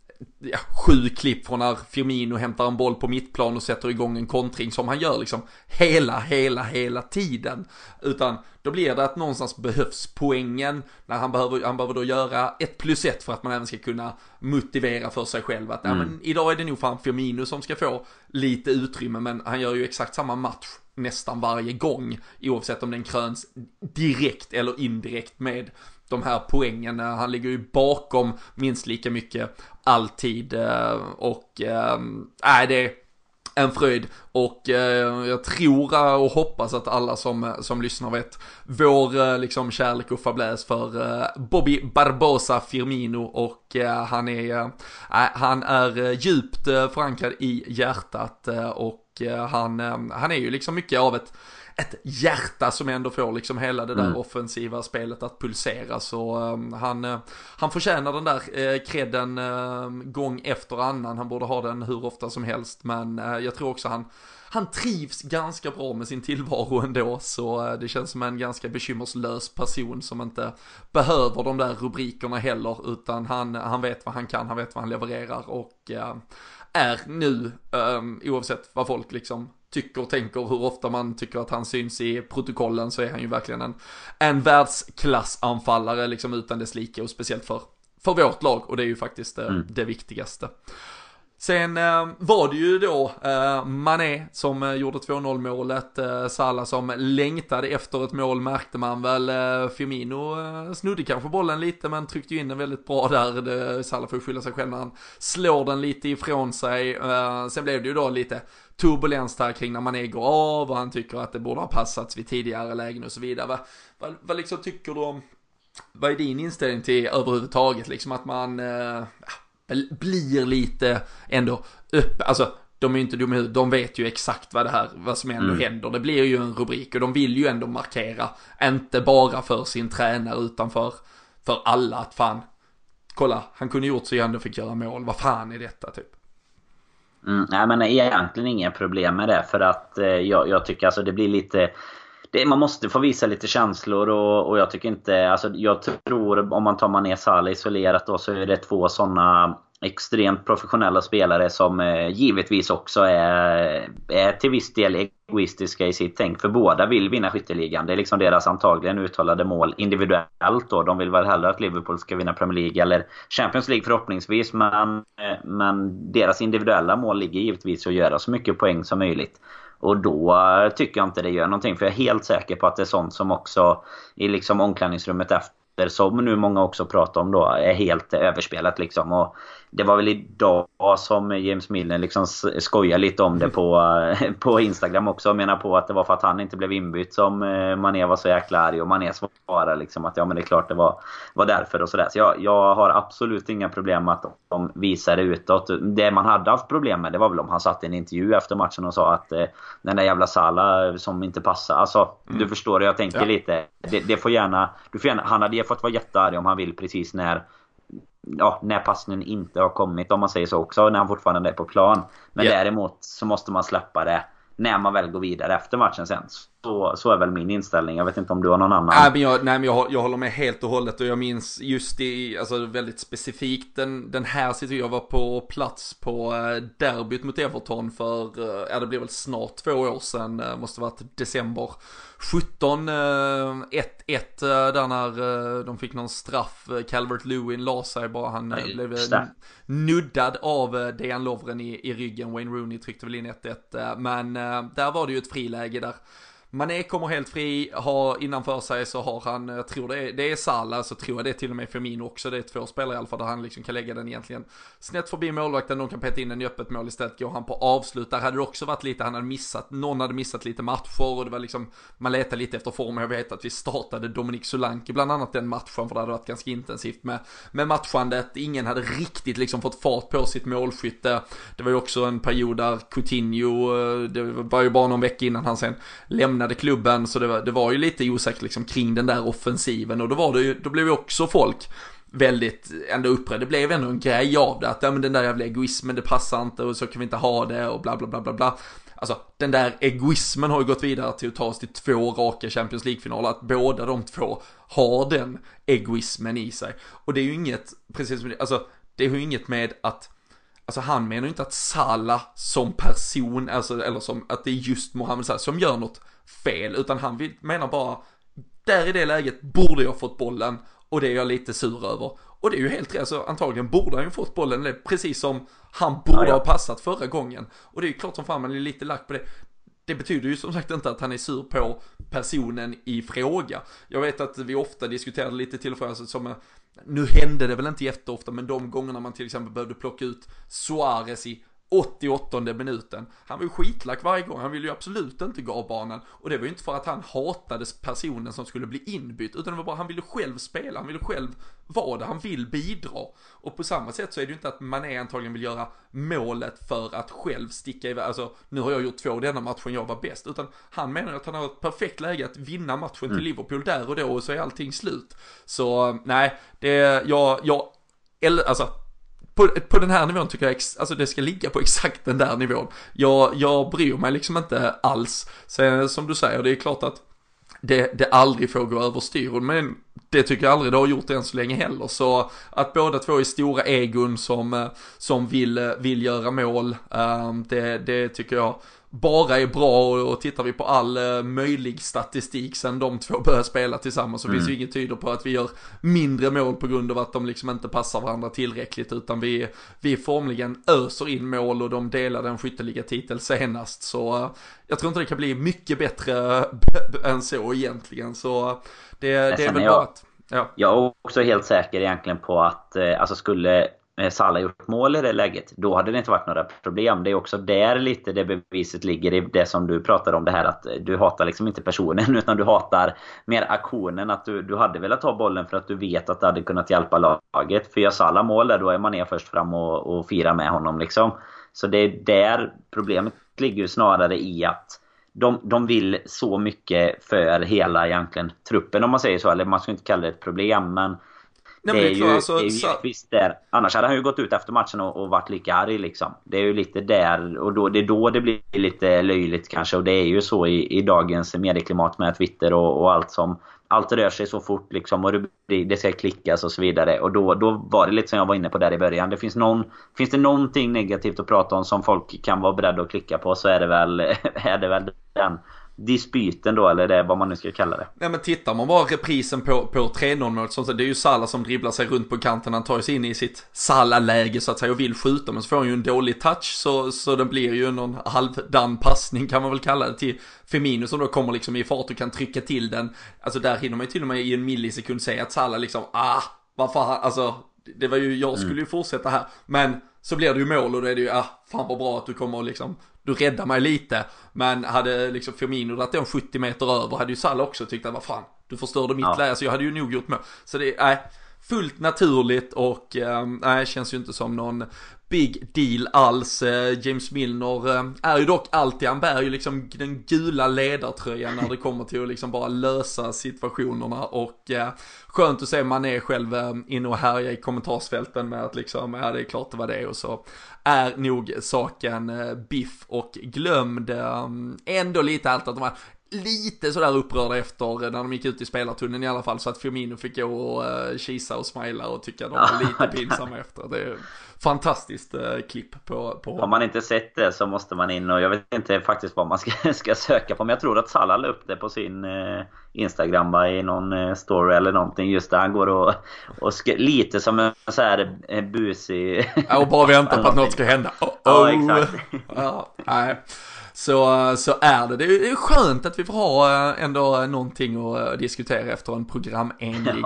7 klipp från när Firmino hämtar en boll på mittplan och sätter igång en kontring som han gör liksom hela tiden, utan då blir det att någonstans behövs poängen när han behöver då göra 1+1 för att man även ska kunna motivera för sig själv att ja, men idag är det nog fan Firmino som ska få lite utrymme, men han gör ju exakt samma match nästan varje gång, oavsett om den kröns direkt eller indirekt med de här poängen. Han ligger ju bakom minst lika mycket alltid, och det är en fröjd, och jag tror och hoppas att alla som lyssnar vet vår liksom kärlek och fäbless för Bobby Barbosa Firmino, och han är djupt förankrad i hjärtat, och han är ju liksom mycket av ett hjärta som ändå får liksom hela det där offensiva spelet att pulsera, så han förtjänar den där credden gång efter annan. Han borde ha den hur ofta som helst, men jag tror också han trivs ganska bra med sin tillvaro ändå, så det känns som en ganska bekymmerslös person som inte behöver de där rubrikerna heller, utan han vet vad han kan, han vet vad han levererar, och är nu, oavsett vad folk liksom tycker och tänker, hur ofta man tycker att han syns i protokollen, så är han ju verkligen en världsklassanfallare liksom utan dess like, och speciellt för vårt lag, och det är ju faktiskt det viktigaste. Sen var det ju då Mané som gjorde 2-0 målet, Salah som längtade efter ett mål, märkte man väl. Firmino snudde kanske bollen lite, men tryckte ju in den väldigt bra där. Salah får skylla sig själv när han slår den lite ifrån sig. Sen blev det ju då lite turbulens här kring när Mané går av, och han tycker att det borde ha passats vid tidigare lägen och så vidare. Vad liksom tycker du om, vad är din inställning till överhuvudtaget liksom att man blir lite ändå upp, alltså de är ju inte dumma i huvudet, de vet ju exakt vad som ändå händer. Det blir ju en rubrik, och de vill ju ändå markera, inte bara för sin tränare utan för alla, att fan, kolla, han kunde gjort så ändå fick göra mål, vad fan är detta typ? Nej, men egentligen inga problem med det, för att jag tycker alltså det blir lite... Man måste få visa lite känslor, och jag tycker inte, alltså jag tror om man tar Mané Salah isolerat då, så är det två sådana extremt professionella spelare som givetvis också är till viss del egoistiska i sitt tänk, för båda vill vinna skytteligan. Det är liksom deras antagligen uttalade mål individuellt då. De vill väl hellre att Liverpool ska vinna Premier League eller Champions League förhoppningsvis, men deras individuella mål ligger givetvis att göra så mycket poäng som möjligt. Och då tycker jag inte det gör någonting, för jag är helt säker på att det är sånt som också i liksom omklädningsrummet efter, som nu många också pratar om då, är helt överspelat liksom. Och det var väl idag som James Milner liksom skojar lite om det på Instagram också, och menar på att det var för att han inte blev inbytt som Mané var så jäkla arg, och Mané svarade liksom att ja, men det är klart det var därför och sådär. Så jag har absolut inga problem med att de visar det utåt. Det man hade haft problem med, det var väl om han satt i en intervju efter matchen och sa att den där jävla Salah som inte passar, alltså du förstår det, jag tänker lite, det får gärna, han hade fått vara jättearg om han vill precis när passningen inte har kommit, om man säger så också, när han fortfarande är på plan. Men däremot så måste man släppa det när man väl går vidare efter matchen sen. Så är väl min inställning. Jag vet inte om du har någon annan. Jag håller med helt och hållet, och jag minns just alltså väldigt specifikt den här situationen. Jag var på plats på derbyt mot Everton för det blev väl snart 2 år sedan, måste varit december 17, 1-1 där när de fick någon straff. Calvert-Lewin la sig bara, han blev nuddad av Dejan Lovren i ryggen. Wayne Rooney tryckte väl in 1-1, men där var det ju ett friläge där Mané kommer helt fri, innanför sig så har han, jag tror det är Salah, så tror jag det är till och med Firmino också, det är 2 spelare i alla fall där han liksom kan lägga den egentligen snett förbi målvakten, de kan peta in den i öppet mål istället, går han på avslut, där hade det också varit lite, någon hade missat lite matcher och det var liksom, man letade lite efter form. Jag vet att vi startade Dominic Solanke bland annat den matchen, för det hade varit ganska intensivt med matchandet, ingen hade riktigt liksom fått fart på sitt målskytte. Det var ju också en period där Coutinho, det var ju bara någon vecka innan han sen lämnade klubben, så det var ju lite osäkert liksom kring den där offensiven, och då blev ju också folk väldigt ändå upprörd. Det blev ändå en grej av det, att men den där jävla egoismen, det passar inte och så kan vi inte ha det och bla bla bla bla bla. Alltså den där egoismen har ju gått vidare till att ta oss till 2 raka Champions League-finaler, att båda de 2 har den egoismen i sig. Och det är ju inget, precis som det, alltså det är ju inget med att, alltså han menar ju inte att Salah som person, alltså, eller som att det är just Mohamed Salah som gör något fel, utan han menar bara, där i det läget borde jag fått bollen, och det är jag lite sur över. Och det är ju helt rätt, alltså antagligen borde han ju fått bollen, eller precis som han borde ha passat förra gången. Och det är ju klart som fan man är lite lack på det. Det betyder ju som sagt inte att han är sur på personen i fråga. Jag vet att vi ofta diskuterade lite tillfällen som, nu hände det väl inte jätteofta, men de gångerna man till exempel behövde plocka ut Suarez i 88:e minuten. Han var ju skitlack varje gång. Han ville ju absolut inte gå av banan. Och det var ju inte för att han hatade personen som skulle bli inbytt, utan det var bara han ville själv spela. Han ville själv vara det. Han vill bidra. Och på samma sätt så är det ju inte att man antagligen vill göra målet för att själv sticka iväg. Alltså, nu har jag gjort 2 denna matchen, jag var bäst. Utan han menar att han har ett perfekt läge att vinna matchen till Liverpool där och då, och så är allting slut. Så nej, alltså på den här nivån tycker jag alltså det ska ligga på exakt den där nivån. Jag bryr mig liksom inte alls. Så, som du säger, det är klart att det aldrig får gå överstyr, men det tycker jag aldrig det har gjort än så länge heller. Så att båda 2 är stora egon som vill göra mål, det tycker jag bara är bra, och tittar vi på all möjlig statistik sen de 2 börjar spela tillsammans, så finns ju inget tyder på att vi gör mindre mål på grund av att de liksom inte passar varandra tillräckligt, utan vi formligen öser in mål, och de delar den skytteliga-titel senast, så jag tror inte det kan bli mycket bättre än så egentligen, så det är väl bara att, ja. Jag är också helt säker egentligen på att alltså skulle Salah gjort mål i det läget, då hade det inte varit några problem. Det är också där lite det beviset ligger i det som du pratade om, det här att du hatar liksom inte personen, utan du hatar mer aktionen, att du hade velat ta bollen för att du vet att det hade kunnat hjälpa laget. För gör Salah mål där, då är man först fram och firar med honom liksom. Så det är där problemet ligger, snarare i att de vill så mycket för hela egentligen truppen, om man säger så, eller man ska inte kalla det ett problem, men nej, det är ju, alltså, det är ju visst där. Annars hade han ju gått ut efter matchen och varit lika arg liksom. Det är ju lite där, och det är då det blir lite löjligt kanske. Och det är ju så i dagens medieklimat med Twitter och allt rör sig så fort liksom, och det ska klickas och så vidare. Och då var det lite som jag var inne på där i början. Finns det någonting negativt att prata om som folk kan vara beredda att klicka på, så är det väl den dispyten då, eller det vad man nu ska kalla det. Nej, men tittar man bara reprisen på 3-0-målet, så det är ju Salah som dribblar sig runt på kanten, han tar sig in i sitt Salah-läge så att säga och vill skjuta, men så får han ju en dålig touch, så det blir ju någon halvdan passning kan man väl kalla det till Firmino, som då kommer liksom i fart och kan trycka till den. Alltså där hinner man ju till och med i en millisekund säga att Salah liksom, vad fan, alltså det var ju, jag skulle ju fortsätta här, men så blir det ju mål, och då är det ju, fan vad bra att du kommer och liksom, du räddar mig lite. Men hade liksom Firmino dragit den 70 meter över, hade ju Salah också tyckt att vad fan, du förstörde mitt läge, så jag hade ju nog gjort mål. Så det är fullt naturligt, och känns ju inte som någon big deal alls. James Milner är ju dock alltid, han bär ju liksom den gula ledartröjan när det kommer till att liksom bara lösa situationerna, och skönt att se man är själv inne och härja i kommentarsfälten med att liksom, det är klart det var det, och så är nog saken biff och glömd. Ändå lite allt att de var lite sådär upprörda efter när de gick ut i spelartunneln i alla fall, så att Firmino fick gå och kisa och smila och tycka de var lite pinsamma efter. Det är fantastiskt klipp på. Har man inte sett det så måste man in, och jag vet inte faktiskt vad man ska söka på, men jag tror att Salah la upp det på sin Instagram i någon story eller någonting, just där han går och lite som en så här busig och bara väntar på att något ska hända. Ja, exakt. Nej. så är det. Det är skönt att vi får ha ändå någonting att diskutera efter en programenlig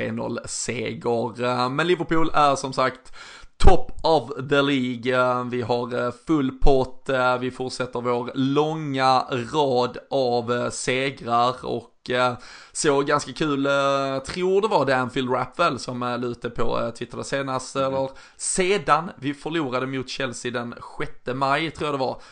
3-0-seger. Men Liverpool är som sagt top of the League. Vi har full pott. Vi fortsätter vår långa rad av segrar och så ganska kul, tror det var det Anfield Wrap väl som la ut det på Twitter senast, eller sedan vi förlorade mot Chelsea den 6 maj tror jag det var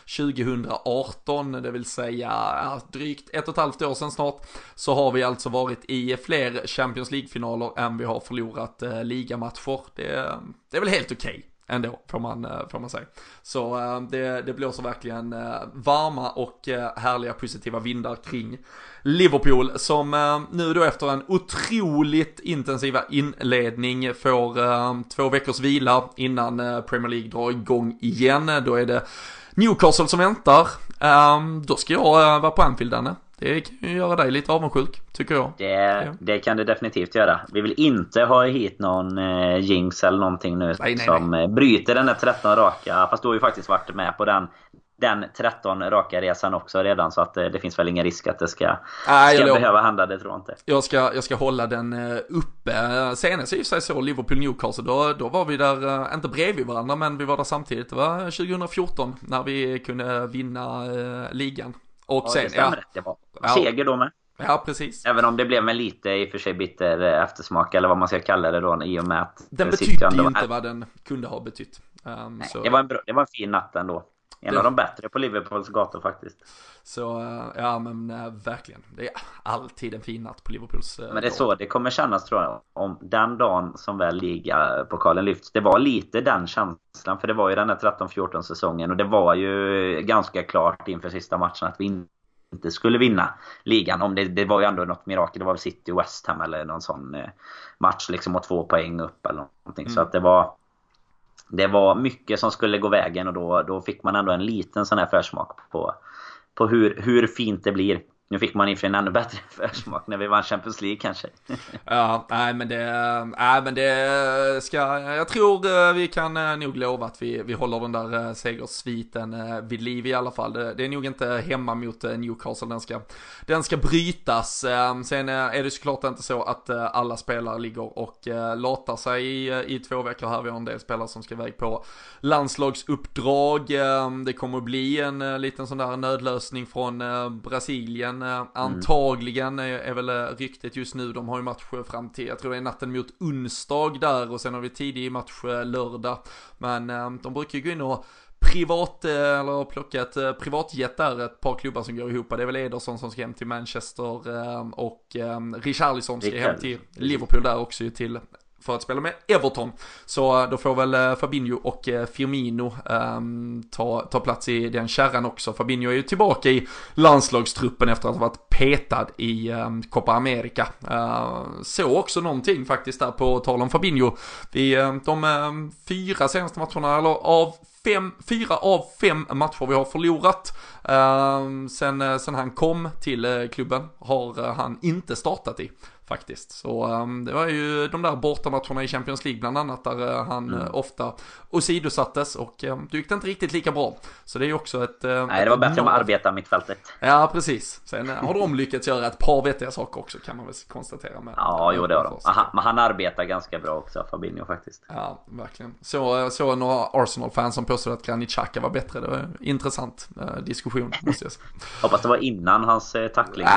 2018, det vill säga drygt 1,5 år sedan snart, så har vi alltså varit i fler Champions League-finaler än vi har förlorat ligamatcher. Det är väl helt okej. Ändå får man säga. Så det blåser verkligen varma och härliga positiva vindar kring Liverpool som nu då efter en otroligt intensiva inledning får 2 veckors vila innan Premier League drar igång igen. Då är det Newcastle som väntar. Då ska jag vara på Anfield, Danne. Det kan ju göra dig lite avundsjuk, tycker jag. Det kan det definitivt göra. Vi vill inte ha hit någon jinx eller någonting nu som bryter den där 13 raka. Fast du har ju faktiskt varit med på den 13 raka resan också redan. Så att det finns väl ingen risk att det ska behöva hända, det tror jag inte. Jag ska hålla den uppe. Senast i sig så Liverpool-Newcastle, då var vi där, inte bredvid varandra, men vi var där samtidigt. Det var 2014 när vi kunde vinna ligan. Och sen, det var seger då med. Ja, precis. Även om det blev med lite i och för sig bitter eftersmak, eller vad man ska kalla det då, i och med att den betydde ju inte vad den kunde ha betytt. Nej, så. Det var en fin natt ändå. En av de bättre på Liverpools gator faktiskt. Så ja, men verkligen. Det är alltid en fin natt på Liverpools Men det är så det kommer kännas, tror jag, om den dagen som väl ligapokalen lyfts. Det var lite den känslan, för det var ju den här 13-14 säsongen, och det var ju ganska klart inför sista matchen att vi inte skulle vinna ligan. Om det var ju ändå något mirakel. Det var väl City och West Ham eller någon sån match liksom, och 2 poäng upp eller någonting. Så att det var mycket som skulle gå vägen, och då fick man ändå en liten sån här försmak på hur fint det blir. Nu fick man inför en ännu bättre försmak när vi vann Champions League kanske. Ja, men det ska, jag tror vi kan nog lova att vi håller den där segersviten vid liv i alla fall. Det är nog inte hemma mot Newcastle den ska brytas. Sen är det såklart inte så att alla spelare ligger och latar sig i 2 veckor här. Vi har en del spelare som ska iväg på landslagsuppdrag. Det kommer att bli en liten sån där nödlösning från Brasilien. Antagligen är väl ryktet just nu. De har ju match fram till, jag tror det är natten mot onsdag där, och sen har vi tidig match lördag. Men de brukar ju gå in och eller plocka ett privatjet där, ett par klubbar som går ihop. Det är väl Ederson som ska hem till Manchester och Richarlison ska hem till Liverpool där också för att spela med Everton. Så då får väl Fabinho och Firmino ta plats i den kärran också. Fabinho är ju tillbaka i landslagstruppen efter att ha varit petad i Copa America. Så också någonting faktiskt där på tal om Fabinho. De 4 senaste matcherna, eller 4 av 5 matcher vi har förlorat sen han kom till klubben har han inte startat i faktiskt. Så det var ju de där bortamatcherna i Champions League bland annat där han ofta åsidosattes, och det gick inte riktigt lika bra. Så det är ju också ett... Nej, det var bättre om att arbeta mittfältet. Ja, precis. Sen har de lyckats göra ett par vettiga saker också, kan man väl konstatera med. Ja, jo, det har de. Men han arbetar ganska bra också, Fabinho faktiskt. Ja, verkligen. Så några Arsenal-fans som påstod att Granit Xhaka var bättre. Det var en intressant diskussion, måste jag säga. Hoppas det var innan hans tackling.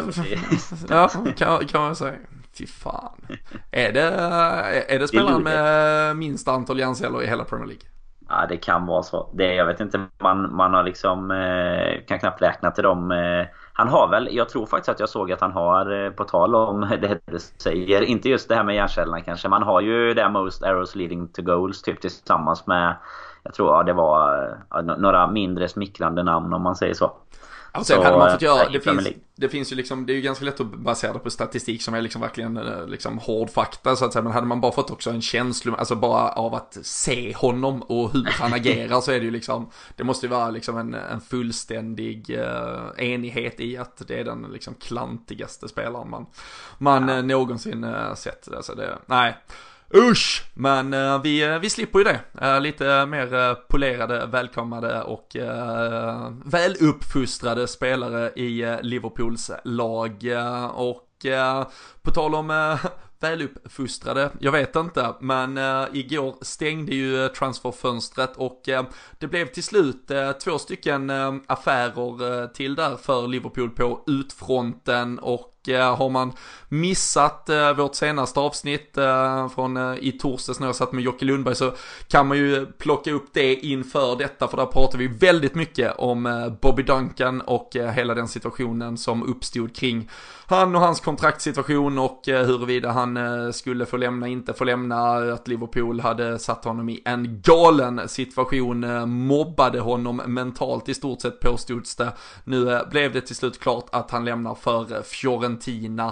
Ja, kan man säga. Fy fan. Är det spelaren med minst antal hjärnceller i hela Premier League? Ja, det kan vara så. Jag vet inte, man har liksom kan knappt räkna till dem. Han har väl, jag tror faktiskt att jag såg att han har, på tal om det du säger, inte just det här med hjärncellerna kanske, man har ju det most arrows leading to goals typ tillsammans med, jag tror det var några mindre smickrande namn om man säger så. Alltså, så, hade man fått göra, det finns ju liksom, det är ju ganska lätt att basera det på statistik som är liksom verkligen liksom hård fakta så att säga, men hade man bara fått också en känsla, alltså bara av att se honom och hur han agerar, så är det ju liksom, det måste ju vara liksom en fullständig enighet i att det är den liksom klantigaste spelaren man någonsin sett. Alltså nej. Usch, men vi slipper ju det. Lite mer polerade, välkommade och väluppfostrade spelare i Liverpools lag. Och på tal om väluppfostrade, jag vet inte, men igår stängde ju transferfönstret och det blev till slut 2 stycken affärer till där för Liverpool på utfronten. Och har man missat vårt senaste avsnitt från i torsdags när jag satt med Jocke Lundberg, så kan man ju plocka upp det inför detta, för där pratar vi väldigt mycket om Bobby Duncan och hela den situationen som uppstod kring han och hans kontraktssituation och huruvida han skulle få lämna, inte få lämna, att Liverpool hade satt honom i en galen situation, mobbade honom mentalt i stort sett, påstods det. Nu blev det till slut klart att han lämnar för Fiorentina.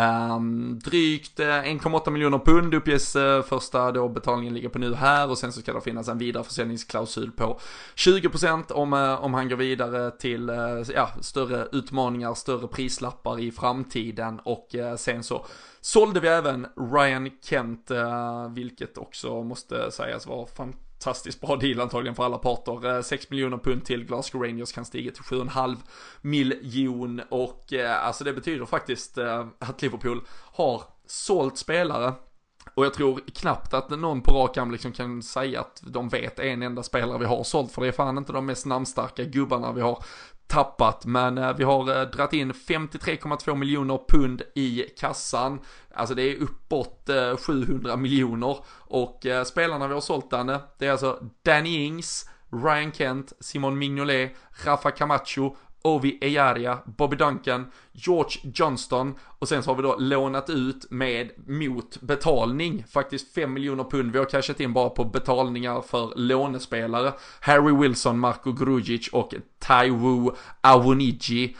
Drygt 1,8 miljoner pund uppges första då betalningen ligger på nu här, och sen så ska det finnas en vidareförsäljningsklausul på 20% om han går vidare till större utmaningar, större prislappar i framtiden. Och sen så sålde vi även Ryan Kent, vilket också måste sägas vara fantastiskt bra deal antagligen för alla parter. 6 miljoner pund till Glasgow Rangers kan stiga till 7,5 miljon. Och alltså det betyder faktiskt att Liverpool har sålt spelare. Och jag tror knappt att någon på rak arm liksom kan säga att de vet en enda spelare vi har sålt, för det är fan inte de mest namnstarka gubbarna vi har tappat. Men vi har dratt in 53,2 miljoner pund i kassan. Alltså det är uppåt 700 miljoner. Och spelarna vi har sålt den, det är alltså Danny Ings, Ryan Kent, Simon Mignolet, Rafa Camacho, Ovi Ejaria, Bobby Duncan, George Johnston, och sen så har vi då lånat ut mot betalning faktiskt 5 miljoner pund. Vi har cashat in bara på betalningar för lånespelare: Harry Wilson, Marko Grujic och Taiwo Awoniji.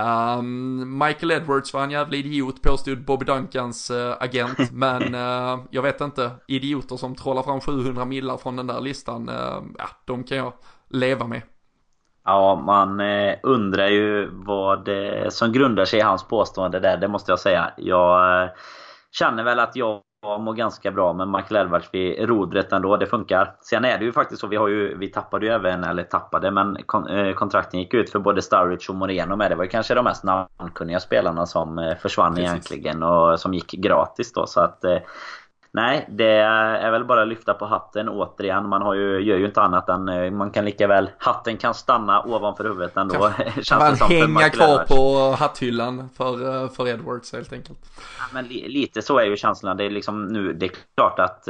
Michael Edwards var en jävla idiot, påstod Bobby Duncans agent, men jag vet inte, idioter som trollar fram 700 millar från den där listan, de kan jag leva med. Ja, man undrar ju vad som grundar sig i hans påstående där, det måste jag säga. Jag känner väl att jag mår ganska bra med Michael Edwards vid rodret ändå, det funkar. Sen är det ju faktiskt så, vi tappade ju även, eller tappade, men kontrakten gick ut för både Sturridge och Moreno med. Det var ju kanske de mest namnkunniga spelarna som försvann egentligen och som gick gratis då, så att nej, det är väl bara att lyfta på hatten återigen. Man gör ju inte annat än man kan lika väl, hatten kan stanna ovanför huvudet ändå. Kan man hänga kvar på hatthyllan för Edwards helt enkelt. Ja, men lite så är ju känslan. Det är liksom nu, det är klart att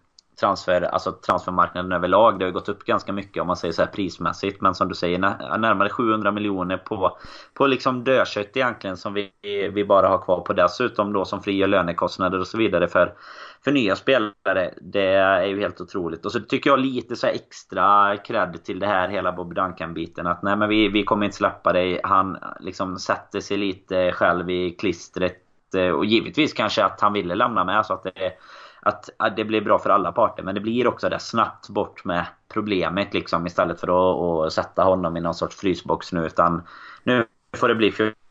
transfermarknaden överlag, det har gått upp ganska mycket om man säger så här prismässigt, men som du säger, närmare 700 miljoner på liksom dödkött egentligen, som vi bara har kvar på, dessutom då som fria lönekostnader och så vidare för nya spelare. Det är ju helt otroligt. Och så tycker jag lite så här extra cred till det här hela Bobby Duncan-biten, att nej, men vi kommer inte släppa dig. Han liksom sätter sig lite själv i klistret, och givetvis kanske att han ville lämna med, så att det blir bra för alla parter, men det blir också det snabbt bort med problemet liksom, istället för att sätta honom i någon sorts frysbox nu, utan nu får det bli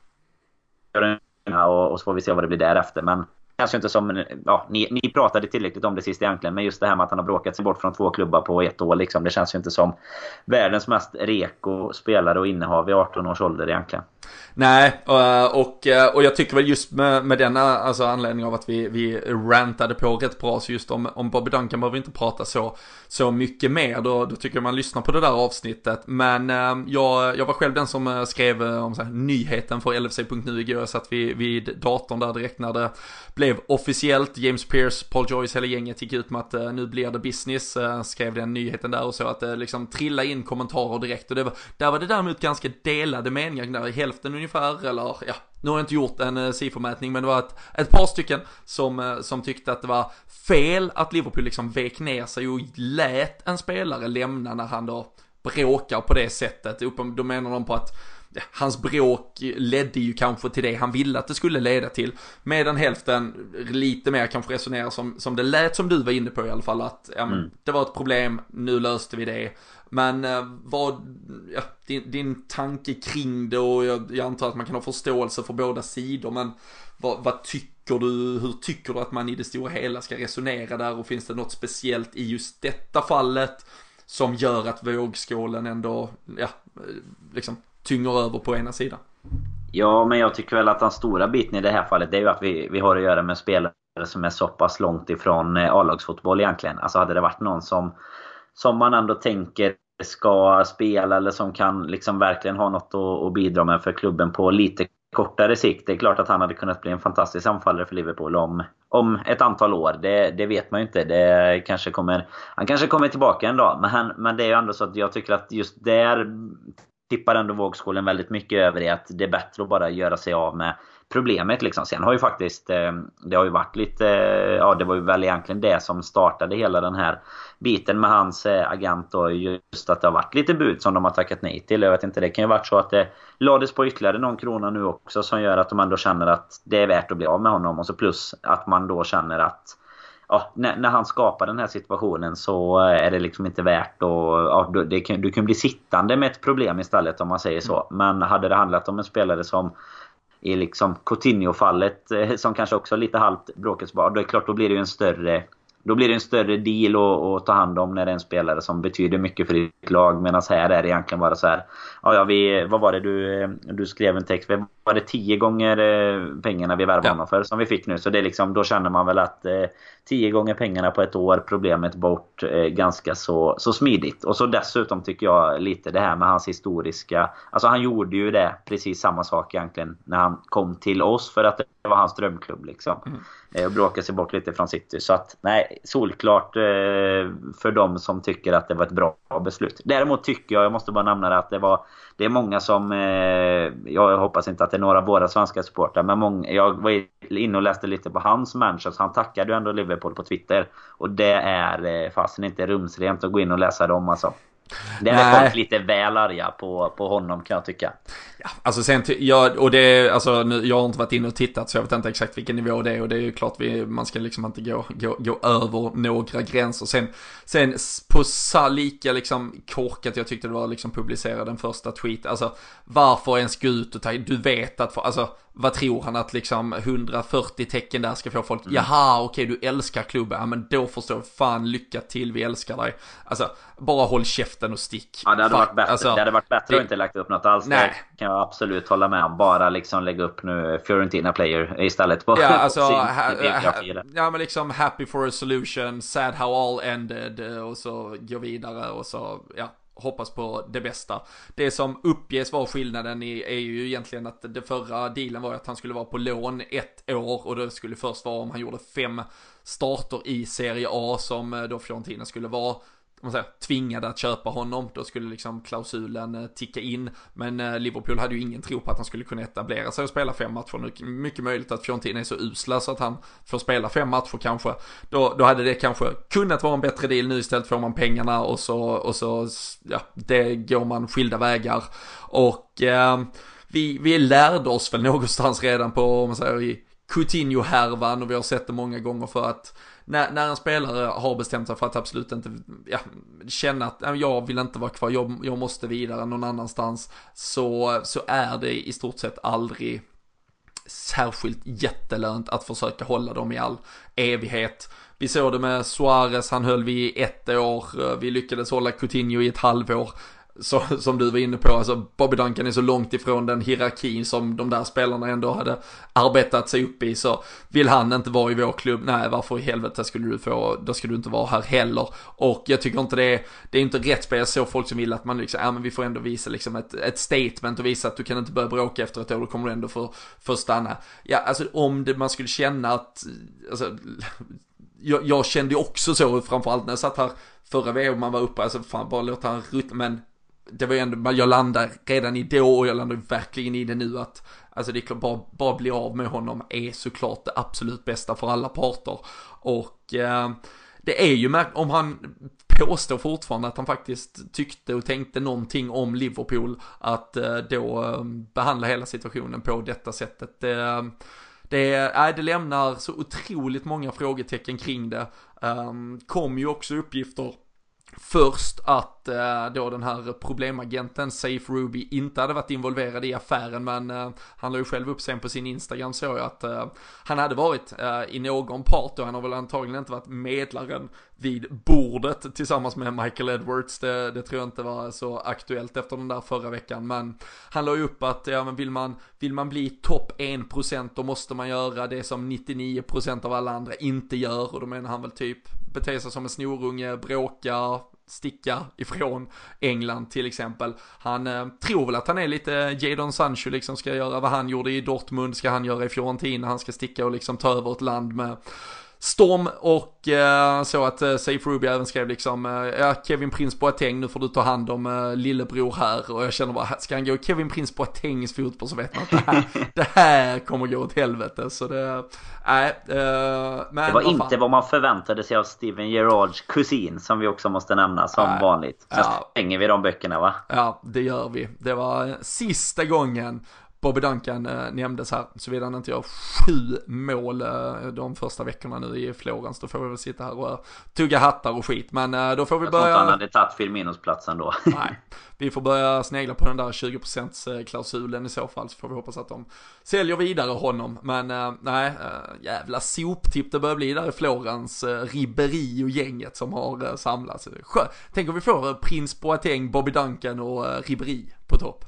och så får vi se vad det blir därefter. Men kanske inte som, ni pratade tillräckligt om det sist egentligen, men just det här med att han har bråkat sig bort från 2 klubbar på 1 år liksom, det känns ju inte som världens mest reko spelare och innehav i 18 års ålder egentligen. Nej, och jag tycker väl just med denna anledning av att vi rantade på rätt bra, så just om Bobby Duncan behöver vi inte prata så mycket mer, då tycker jag man lyssnar på det där avsnittet. Men jag var själv den som skrev om nyheten för LFC.nu igår. Jag satt vid datorn där direkt när det blev officiellt. James Pearce, Paul Joyce, hela gänget gick ut med att nu blir det business, skrev den nyheten där, och så att det liksom trilla in kommentarer direkt, och där var det däremot ganska delade meningar där, hälften ungefär, eller nu har jag inte gjort en SIFO-mätning, men det var ett par stycken som tyckte att det var fel att Liverpool liksom vek ner sig och lät en spelare lämna när han då bråkar på det sättet. Då menar de på att hans bråk ledde ju kanske till det han ville att det skulle leda till, medan hälften lite mer kanske resonerar som det lät, som du var inne på i alla fall, att det var ett problem, nu löste vi det. Men din tanke kring det, och jag antar att man kan ha förståelse för båda sidor, men vad tycker tycker du att man i det stora hela ska resonera där, och finns det något speciellt i just detta fallet som gör att vågskålen ändå liksom tynger över på ena sidan? Ja, men jag tycker väl att den stora biten i det här fallet, det är ju att vi har att göra med spelare som är så pass långt ifrån A-lagsfotboll egentligen. Alltså hade det varit någon som man ändå tänker ska spela, eller som kan liksom verkligen ha något att bidra med för klubben på lite kortare sikt. Det är klart att han hade kunnat bli en fantastisk anfallare för Liverpool om ett antal år. Det vet man ju inte. Han kanske kommer tillbaka en dag. Men det är ju ändå så att jag tycker att just där tippar ändå vågskålen väldigt mycket över det, att det är bättre att bara göra sig av med problemet liksom. Sen har ju faktiskt det har ju varit lite, det var ju väl egentligen det som startade hela den här biten med hans agent, och just att det har varit lite bud som de har tackat nej till. Jag vet inte, det kan ju varit så att det lades på ytterligare någon krona nu också som gör att de ändå känner att det är värt att bli av med honom, och så plus att man då känner att när han skapar den här situationen så är det liksom inte värt du kan bli sittande med ett problem istället, om man säger så. Men hade det handlat om en spelare som i liksom Coutinho-fallet, som kanske också är lite halvt bråkesbar, då är det klart, då blir det ju en större deal att ta hand om när det är en spelare som betyder mycket för ditt lag. Medan här är det egentligen bara så här, vad var det du skrev en text, var det 10 gånger pengarna vi värvade honom för som vi fick nu, så det är liksom, då känner man väl att 10 gånger pengarna på ett år, problemet bort ganska så smidigt. Och så dessutom tycker jag lite det här med hans historiska, alltså han gjorde ju det precis samma sak egentligen när han kom till oss, för att det var hans drömklubb liksom. Och bråkade sig bort lite från City. Så att nej, solklart för de som tycker att det var ett bra beslut. Däremot tycker jag måste bara nämna det, att det är många som jag hoppas inte att det är några av våra svenska supportrar, men jag var inne och läste lite på hans manchester. Han tackade ju ändå Liverpool på Twitter, och det är fasen inte rumsrent att gå in och läsa dem alltså. Det är folk lite väl arga på honom, kan jag tycka. Ja, alltså sen jag har inte varit inne och tittat, så jag vet inte exakt vilken nivå det är, och det är ju klart man ska liksom inte gå över några gränser. Sen på lika liksom korkat, jag tyckte det var liksom publicera den första tweet. Alltså varför ens gå ut och du vet att vad tror han att liksom 140 tecken där ska få folk, jaha okej, du älskar klubben, ja, men då förstår jag, fan lycka till, vi älskar dig. Alltså bara håll käften och stick. Ja, det hade varit bättre, det hade varit bättre att inte lagt upp något alls. Nej. Det kan jag absolut hålla med om. Bara liksom lägga upp nu Fiorentina player istället på men liksom happy for a solution, sad how all ended, och så gå vidare, och så hoppas på det bästa. Det som uppges var skillnaden är ju egentligen att det förra dealen var att han skulle vara på lån 1 år, och det skulle först vara om han gjorde 5 starter i Serie A, som då Fiorentina skulle vara tvingade att köpa honom. Då skulle liksom klausulen ticka in, men Liverpool hade ju ingen tro på att han skulle kunna etablera sig och spela 5 matcher. Nu mycket möjligt att Fiorentina är så usla så att han får spela 5 matcher kanske. Då hade det kanske kunnat vara en bättre deal. Nu istället får man pengarna, och så det går man skilda vägar. Och vi lärde oss väl någonstans redan på, om man säger, i Coutinho-härvan, och vi har sett det många gånger, för att när en spelare har bestämt sig för att absolut inte känna att jag vill inte vara kvar, jag måste vidare någon annanstans, så är det i stort sett aldrig särskilt jättelönt att försöka hålla dem i all evighet. Vi såg det med Suarez, han höll vi i 1 år, vi lyckades hålla Coutinho i ett halvår. Så, som du var inne på, alltså Bobby Duncan är så långt ifrån den hierarkin som de där spelarna ändå hade arbetat sig upp i, så vill han inte vara i vår klubb, nej, varför i helvete skulle du få, då ska du inte vara här heller. Och jag tycker inte det är inte rätt spel. Jag såg folk som vill att man liksom, men vi får ändå visa liksom ett statement och visa att du kan inte börja bråka efter ett år, då kommer du ändå få stanna. Ja, alltså om man skulle känna att, alltså, jag kände ju också så, framförallt när jag satt här förra veckan, man var uppe, alltså fan, bara låta han rutta, men det var ju ändå, jag landar redan i då, och jag landar verkligen i det nu, att alltså det är klart, bara bli av med honom är såklart det absolut bästa för alla parter. Och det är ju om han påstår fortfarande att han faktiskt tyckte och tänkte någonting om Liverpool, att då behandla hela situationen på detta sättet, det lämnar så otroligt många frågetecken kring det. Kom ju också uppgifter först att att då den här problemagenten Safe Ruby inte hade varit involverad i affären, men han la ju själv upp sen på sin Instagram, så jag att han hade varit i någon part, och han har väl antagligen inte varit medlaren vid bordet tillsammans med Michael Edwards. Det tror jag inte var så aktuellt efter den där förra veckan, men han la ju upp att men vill man bli topp 1% då måste man göra det som 99% av alla andra inte gör, och då menar han väl typ bete sig som en snorunge, bråka, sticka ifrån England till exempel. Han tror väl att han är lite Jadon Sancho, liksom ska göra vad han gjorde i Dortmund, ska han göra i Fiorentina, han ska sticka och liksom ta över ett land med storm, och så att Safe Ruby även skrev liksom Kevin Prince Boateng, nu får du ta hand om lillebror här, och jag känner bara, ska han gå Kevin Prince Boatengs fotboll så vet man att det här kommer gå åt helvete, så det men det var inte vad man förväntade sig av Steven Gerrards kusin, som vi också måste nämna som vanligt. Så stänger vi de böckerna, va? Ja, det gör vi. Det var sista gången Bobby Duncan nämndes här, så vidare han inte gör 7 mål de första veckorna nu i Florens, då får vi väl sitta här och tugga hattar och skit, men då får vi börja... Han hade tagit Firminos-platsen då. Nej, vi får börja snegla på den där 20% klausulen i så fall, så får vi hoppas att de säljer vidare honom, men nej, jävla soptipp det börjar bli där i Florens, Ribéry och gänget som har samlats. Tänk om vi får Prince Boateng, Bobby Duncan och Ribéry på topp.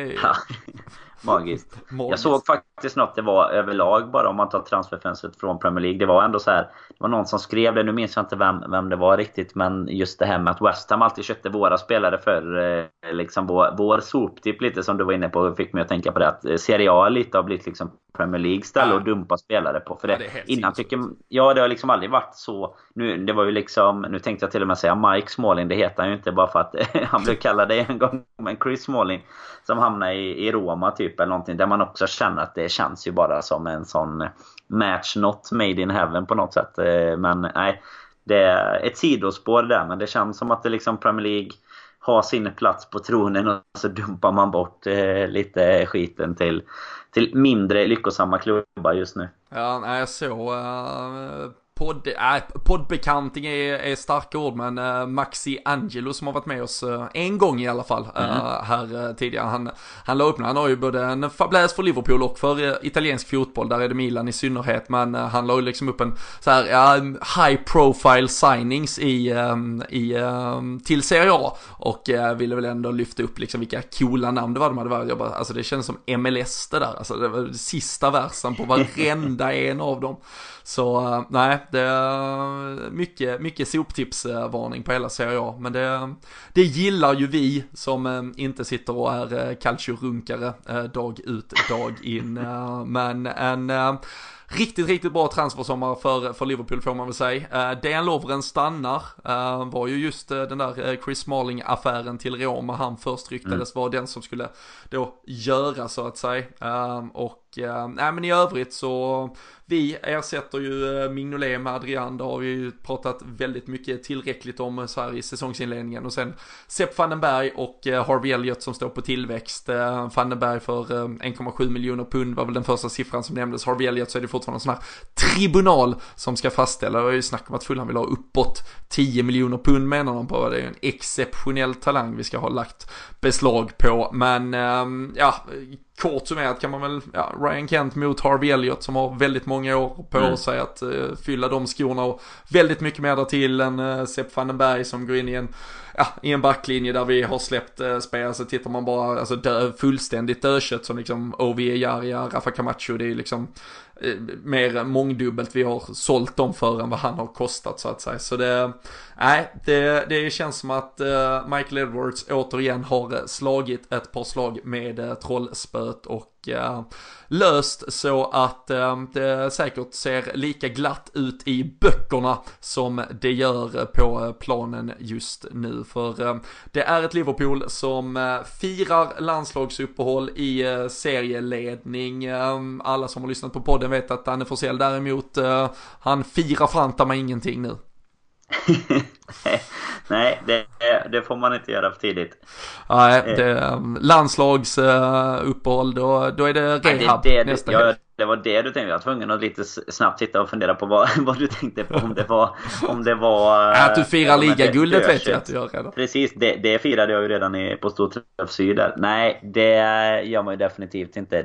Magiskt. Jag såg faktiskt något, det var överlag bara om man tar transferfönstret från Premier League. Det var ändå så här, det var någon som skrev det, nu minns jag inte vem det var riktigt, men just det här med att West Ham alltid köpte våra spelare för liksom vår soptipp, lite som du var inne på, fick mig att tänka på det, att Serie A lite har blivit liksom Premier League ställe och dumpa spelare på, för det innan tycker det har liksom aldrig varit så. Nu det var ju liksom, nu tänkte jag till och med säga Mike Smalling, det heter han ju inte bara för att han blev kallad det en gång, men Chris Smalling som hamnade i Roma typ eller någonting, där man också känner att det känns ju bara som en sån match not made in heaven på något sätt, men nej, det är ett sidospår där, men det känns som att det liksom Premier League har sin plats på tronen, och så dumpar man bort lite skiten till mindre lyckosamma klubbar just nu. Ja, nej, så poddbekanting är starka ord, men Maxi Angelo som har varit med oss en gång i alla fall här tidigare, han la upp, han har ju både en fabläs för Liverpool och för italiensk fotboll, där är det Milan i synnerhet, men han la ju liksom upp en så här high profile signings till Serie A, och ville väl ändå lyfta upp liksom vilka coola namn det var de hade varit. Alltså det känns som MLS det där, alltså det var det sista versen på varenda en av dem. Så nej, det är mycket soptipsvarning på hela Serie A, men det gillar ju vi som inte sitter och är calcio-runkare dag ut, dag in, men en riktigt bra transfersommar för Liverpool får man väl säga. Dejan Lovren stannar, var ju just den där Chris Smalling-affären till Roma han först ryktades var den som skulle då göra, så att säga, och nej, men i övrigt så vi ersätter ju Mignolet med Adrian, det har vi ju pratat väldigt mycket tillräckligt om så här i säsongsinledningen, och sen Sepp van den Berg och Harvey Elliott som står på tillväxt. Van den Berg för 1,7 miljoner pund var väl den första siffran som nämndes. Harvey Elliott, så är det fortfarande en sån här tribunal som ska fastställa, och jag har ju snackat om att Fulham vill ha uppåt 10 miljoner pund menar de på, det är ju en exceptionell talang vi ska ha lagt beslag på, men kort summerat kan man väl, Ryan Kent mot Harvey Elliott som har väldigt många år på sig att fylla de skorna, och väldigt mycket mer där till än Sepp van den Berg som går in i en backlinje där vi har släppt spelare, så tittar man bara alltså fullständigt dödkött som liksom Ovie Jaria, Rafa Camacho, det är liksom mer mångdubbelt vi har sålt dem för än vad han har kostat, så att säga. Så det känns som att Michael Edwards återigen har slagit ett par slag med trollspöt och löst så att det säkert ser lika glatt ut i böckerna som det gör på planen just nu, för det är ett Liverpool som firar landslagsuppehåll i serieledning. Alla som har lyssnat på podden vet att Danne Forsell däremot han firar fanta med ingenting nu. Nej, det får man inte göra för tidigt. Nej, landslagsuppehåll, då är det rehab nästa helg. Det var det du tänkte. Jag var tvungen att lite snabbt sitta och fundera på vad du tänkte på. Om det var att du firar ligaguldet vet jag att du gör redan. Precis, det firade jag ju redan på Storträff Syd där. Nej, det gör man ju definitivt inte.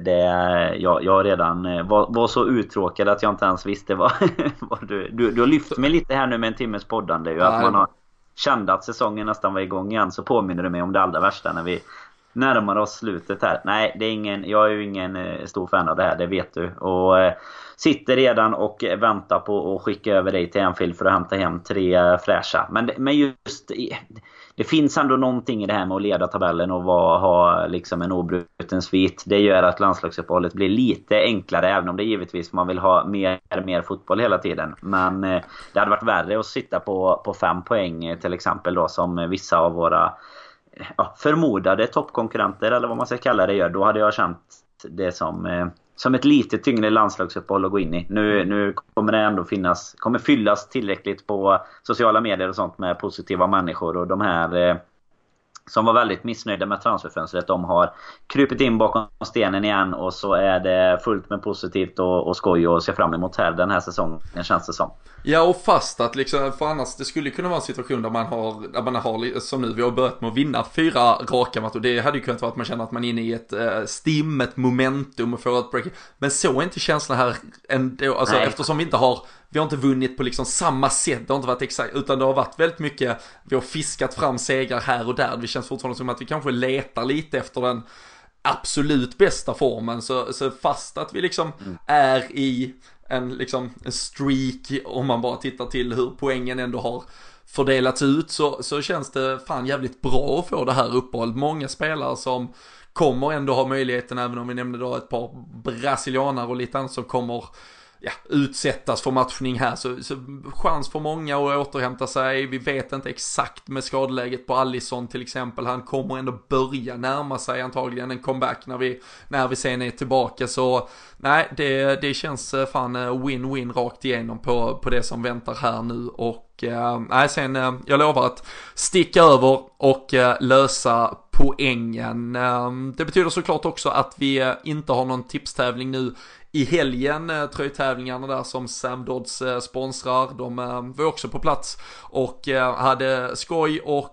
Jag redan var så uttråkad att jag inte ens visste vad du har lyft mig lite här nu med en timmes poddande. Att man har känt att säsongen nästan var igång igen, så påminner det mig om det allra värsta när vi närmar oss slutet här. Nej, jag är ju ingen stor fan av det här, det vet du. Och sitter redan och väntar på att skicka över dig till Anfield för att hämta hem 3 fräscha. Men just det finns ändå någonting i det här med att leda tabellen och ha liksom en obruten svit. Det gör att landslagsuppehållet blir lite enklare, även om det givetvis man vill ha mer fotboll hela tiden. Men det hade varit värre att sitta på 5 poäng till exempel då, som vissa av våra förmodade toppkonkurrenter eller vad man ska kalla det gör. Då hade jag känt det som ett lite tyngre landslagsuppehåll att gå in i. Nu kommer det ändå kommer fyllas tillräckligt på sociala medier och sånt med positiva människor, och de här som var väldigt missnöjda med transferfönstret, de har krupit in bakom stenen igen, och så är det fullt med positivt och skoj och se fram emot här den här säsongen, känns det som. Ja, och fast att liksom, för annars det skulle kunna vara en situation där man har som nu, vi har börjat med att vinna 4 raka matcher. Det hade ju kunnat vara att man känner att man är inne i ett stim, ett momentum och får ett break. Men så är inte känslan här ändå, alltså, eftersom vi har inte vunnit på liksom samma sätt. Det har inte varit exakt, utan det har varit väldigt mycket, vi har fiskat fram segrar här och där. Det känns fortfarande som att vi kanske letar lite efter den absolut bästa formen. Så fast att vi liksom är i en streak, om man bara tittar till hur poängen ändå har fördelats ut, så känns det fan jävligt bra att få det här uppehållet. Många spelare som kommer ändå ha möjligheten, även om vi nämnde då ett par brasilianare och lite annat som kommer utsättas för matchning här, så chans för många att återhämta sig. Vi vet inte exakt med skadeläget på Alisson till exempel. Han kommer ändå börja närma sig antagligen en comeback när vi sen är tillbaka. Så nej, det känns fan win-win rakt igenom på det som väntar här nu. Och sen jag lovar att sticka över och lösa poängen. Det betyder såklart också att vi inte har någon tipstävling nu i helgen. Tröjtävlingarna där som Sam Dodds sponsrar, de var också på plats och hade skoj och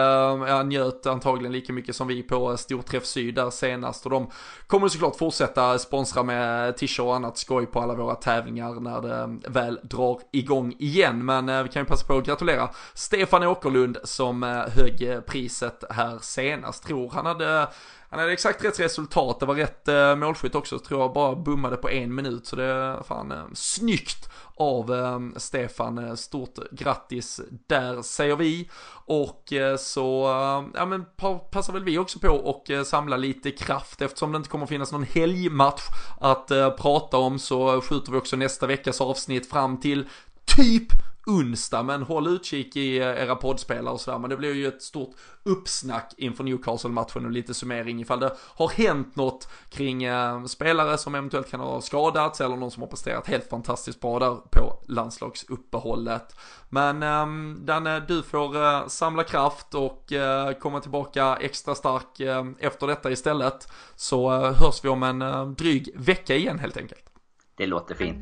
njöt antagligen lika mycket som vi på Storträff Syd där senast, och de kommer såklart fortsätta sponsra med t-shirt och annat skoj på alla våra tävlingar när det väl drar igång igen. Men vi kan ju passa på att gratulera Stefan Åkerlund som högg priset här senast. Tror han hade exakt rätt resultat. Det var rätt målskytt också. Tror jag bara bummade på 1 minut. Så det är fan snyggt av Stefan. Stort grattis där säger vi. Och så passar väl vi också på och samla lite kraft. Eftersom det inte kommer att finnas någon helgmatch att prata om, så skjuter vi också nästa veckas avsnitt fram till typ onsdag, men håll utkik i era poddspelare och sådär. Men det blir ju ett stort uppsnack inför Newcastle-matchen och lite summering ifall det har hänt något kring spelare som eventuellt kan ha skadats eller någon som har presterat helt fantastiskt bra där på landslagsuppehållet. Men Danne, du får samla kraft och komma tillbaka extra stark efter detta istället, så hörs vi om en dryg vecka igen helt enkelt. Det låter fint.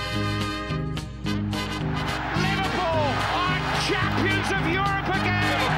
Champions of Europe again!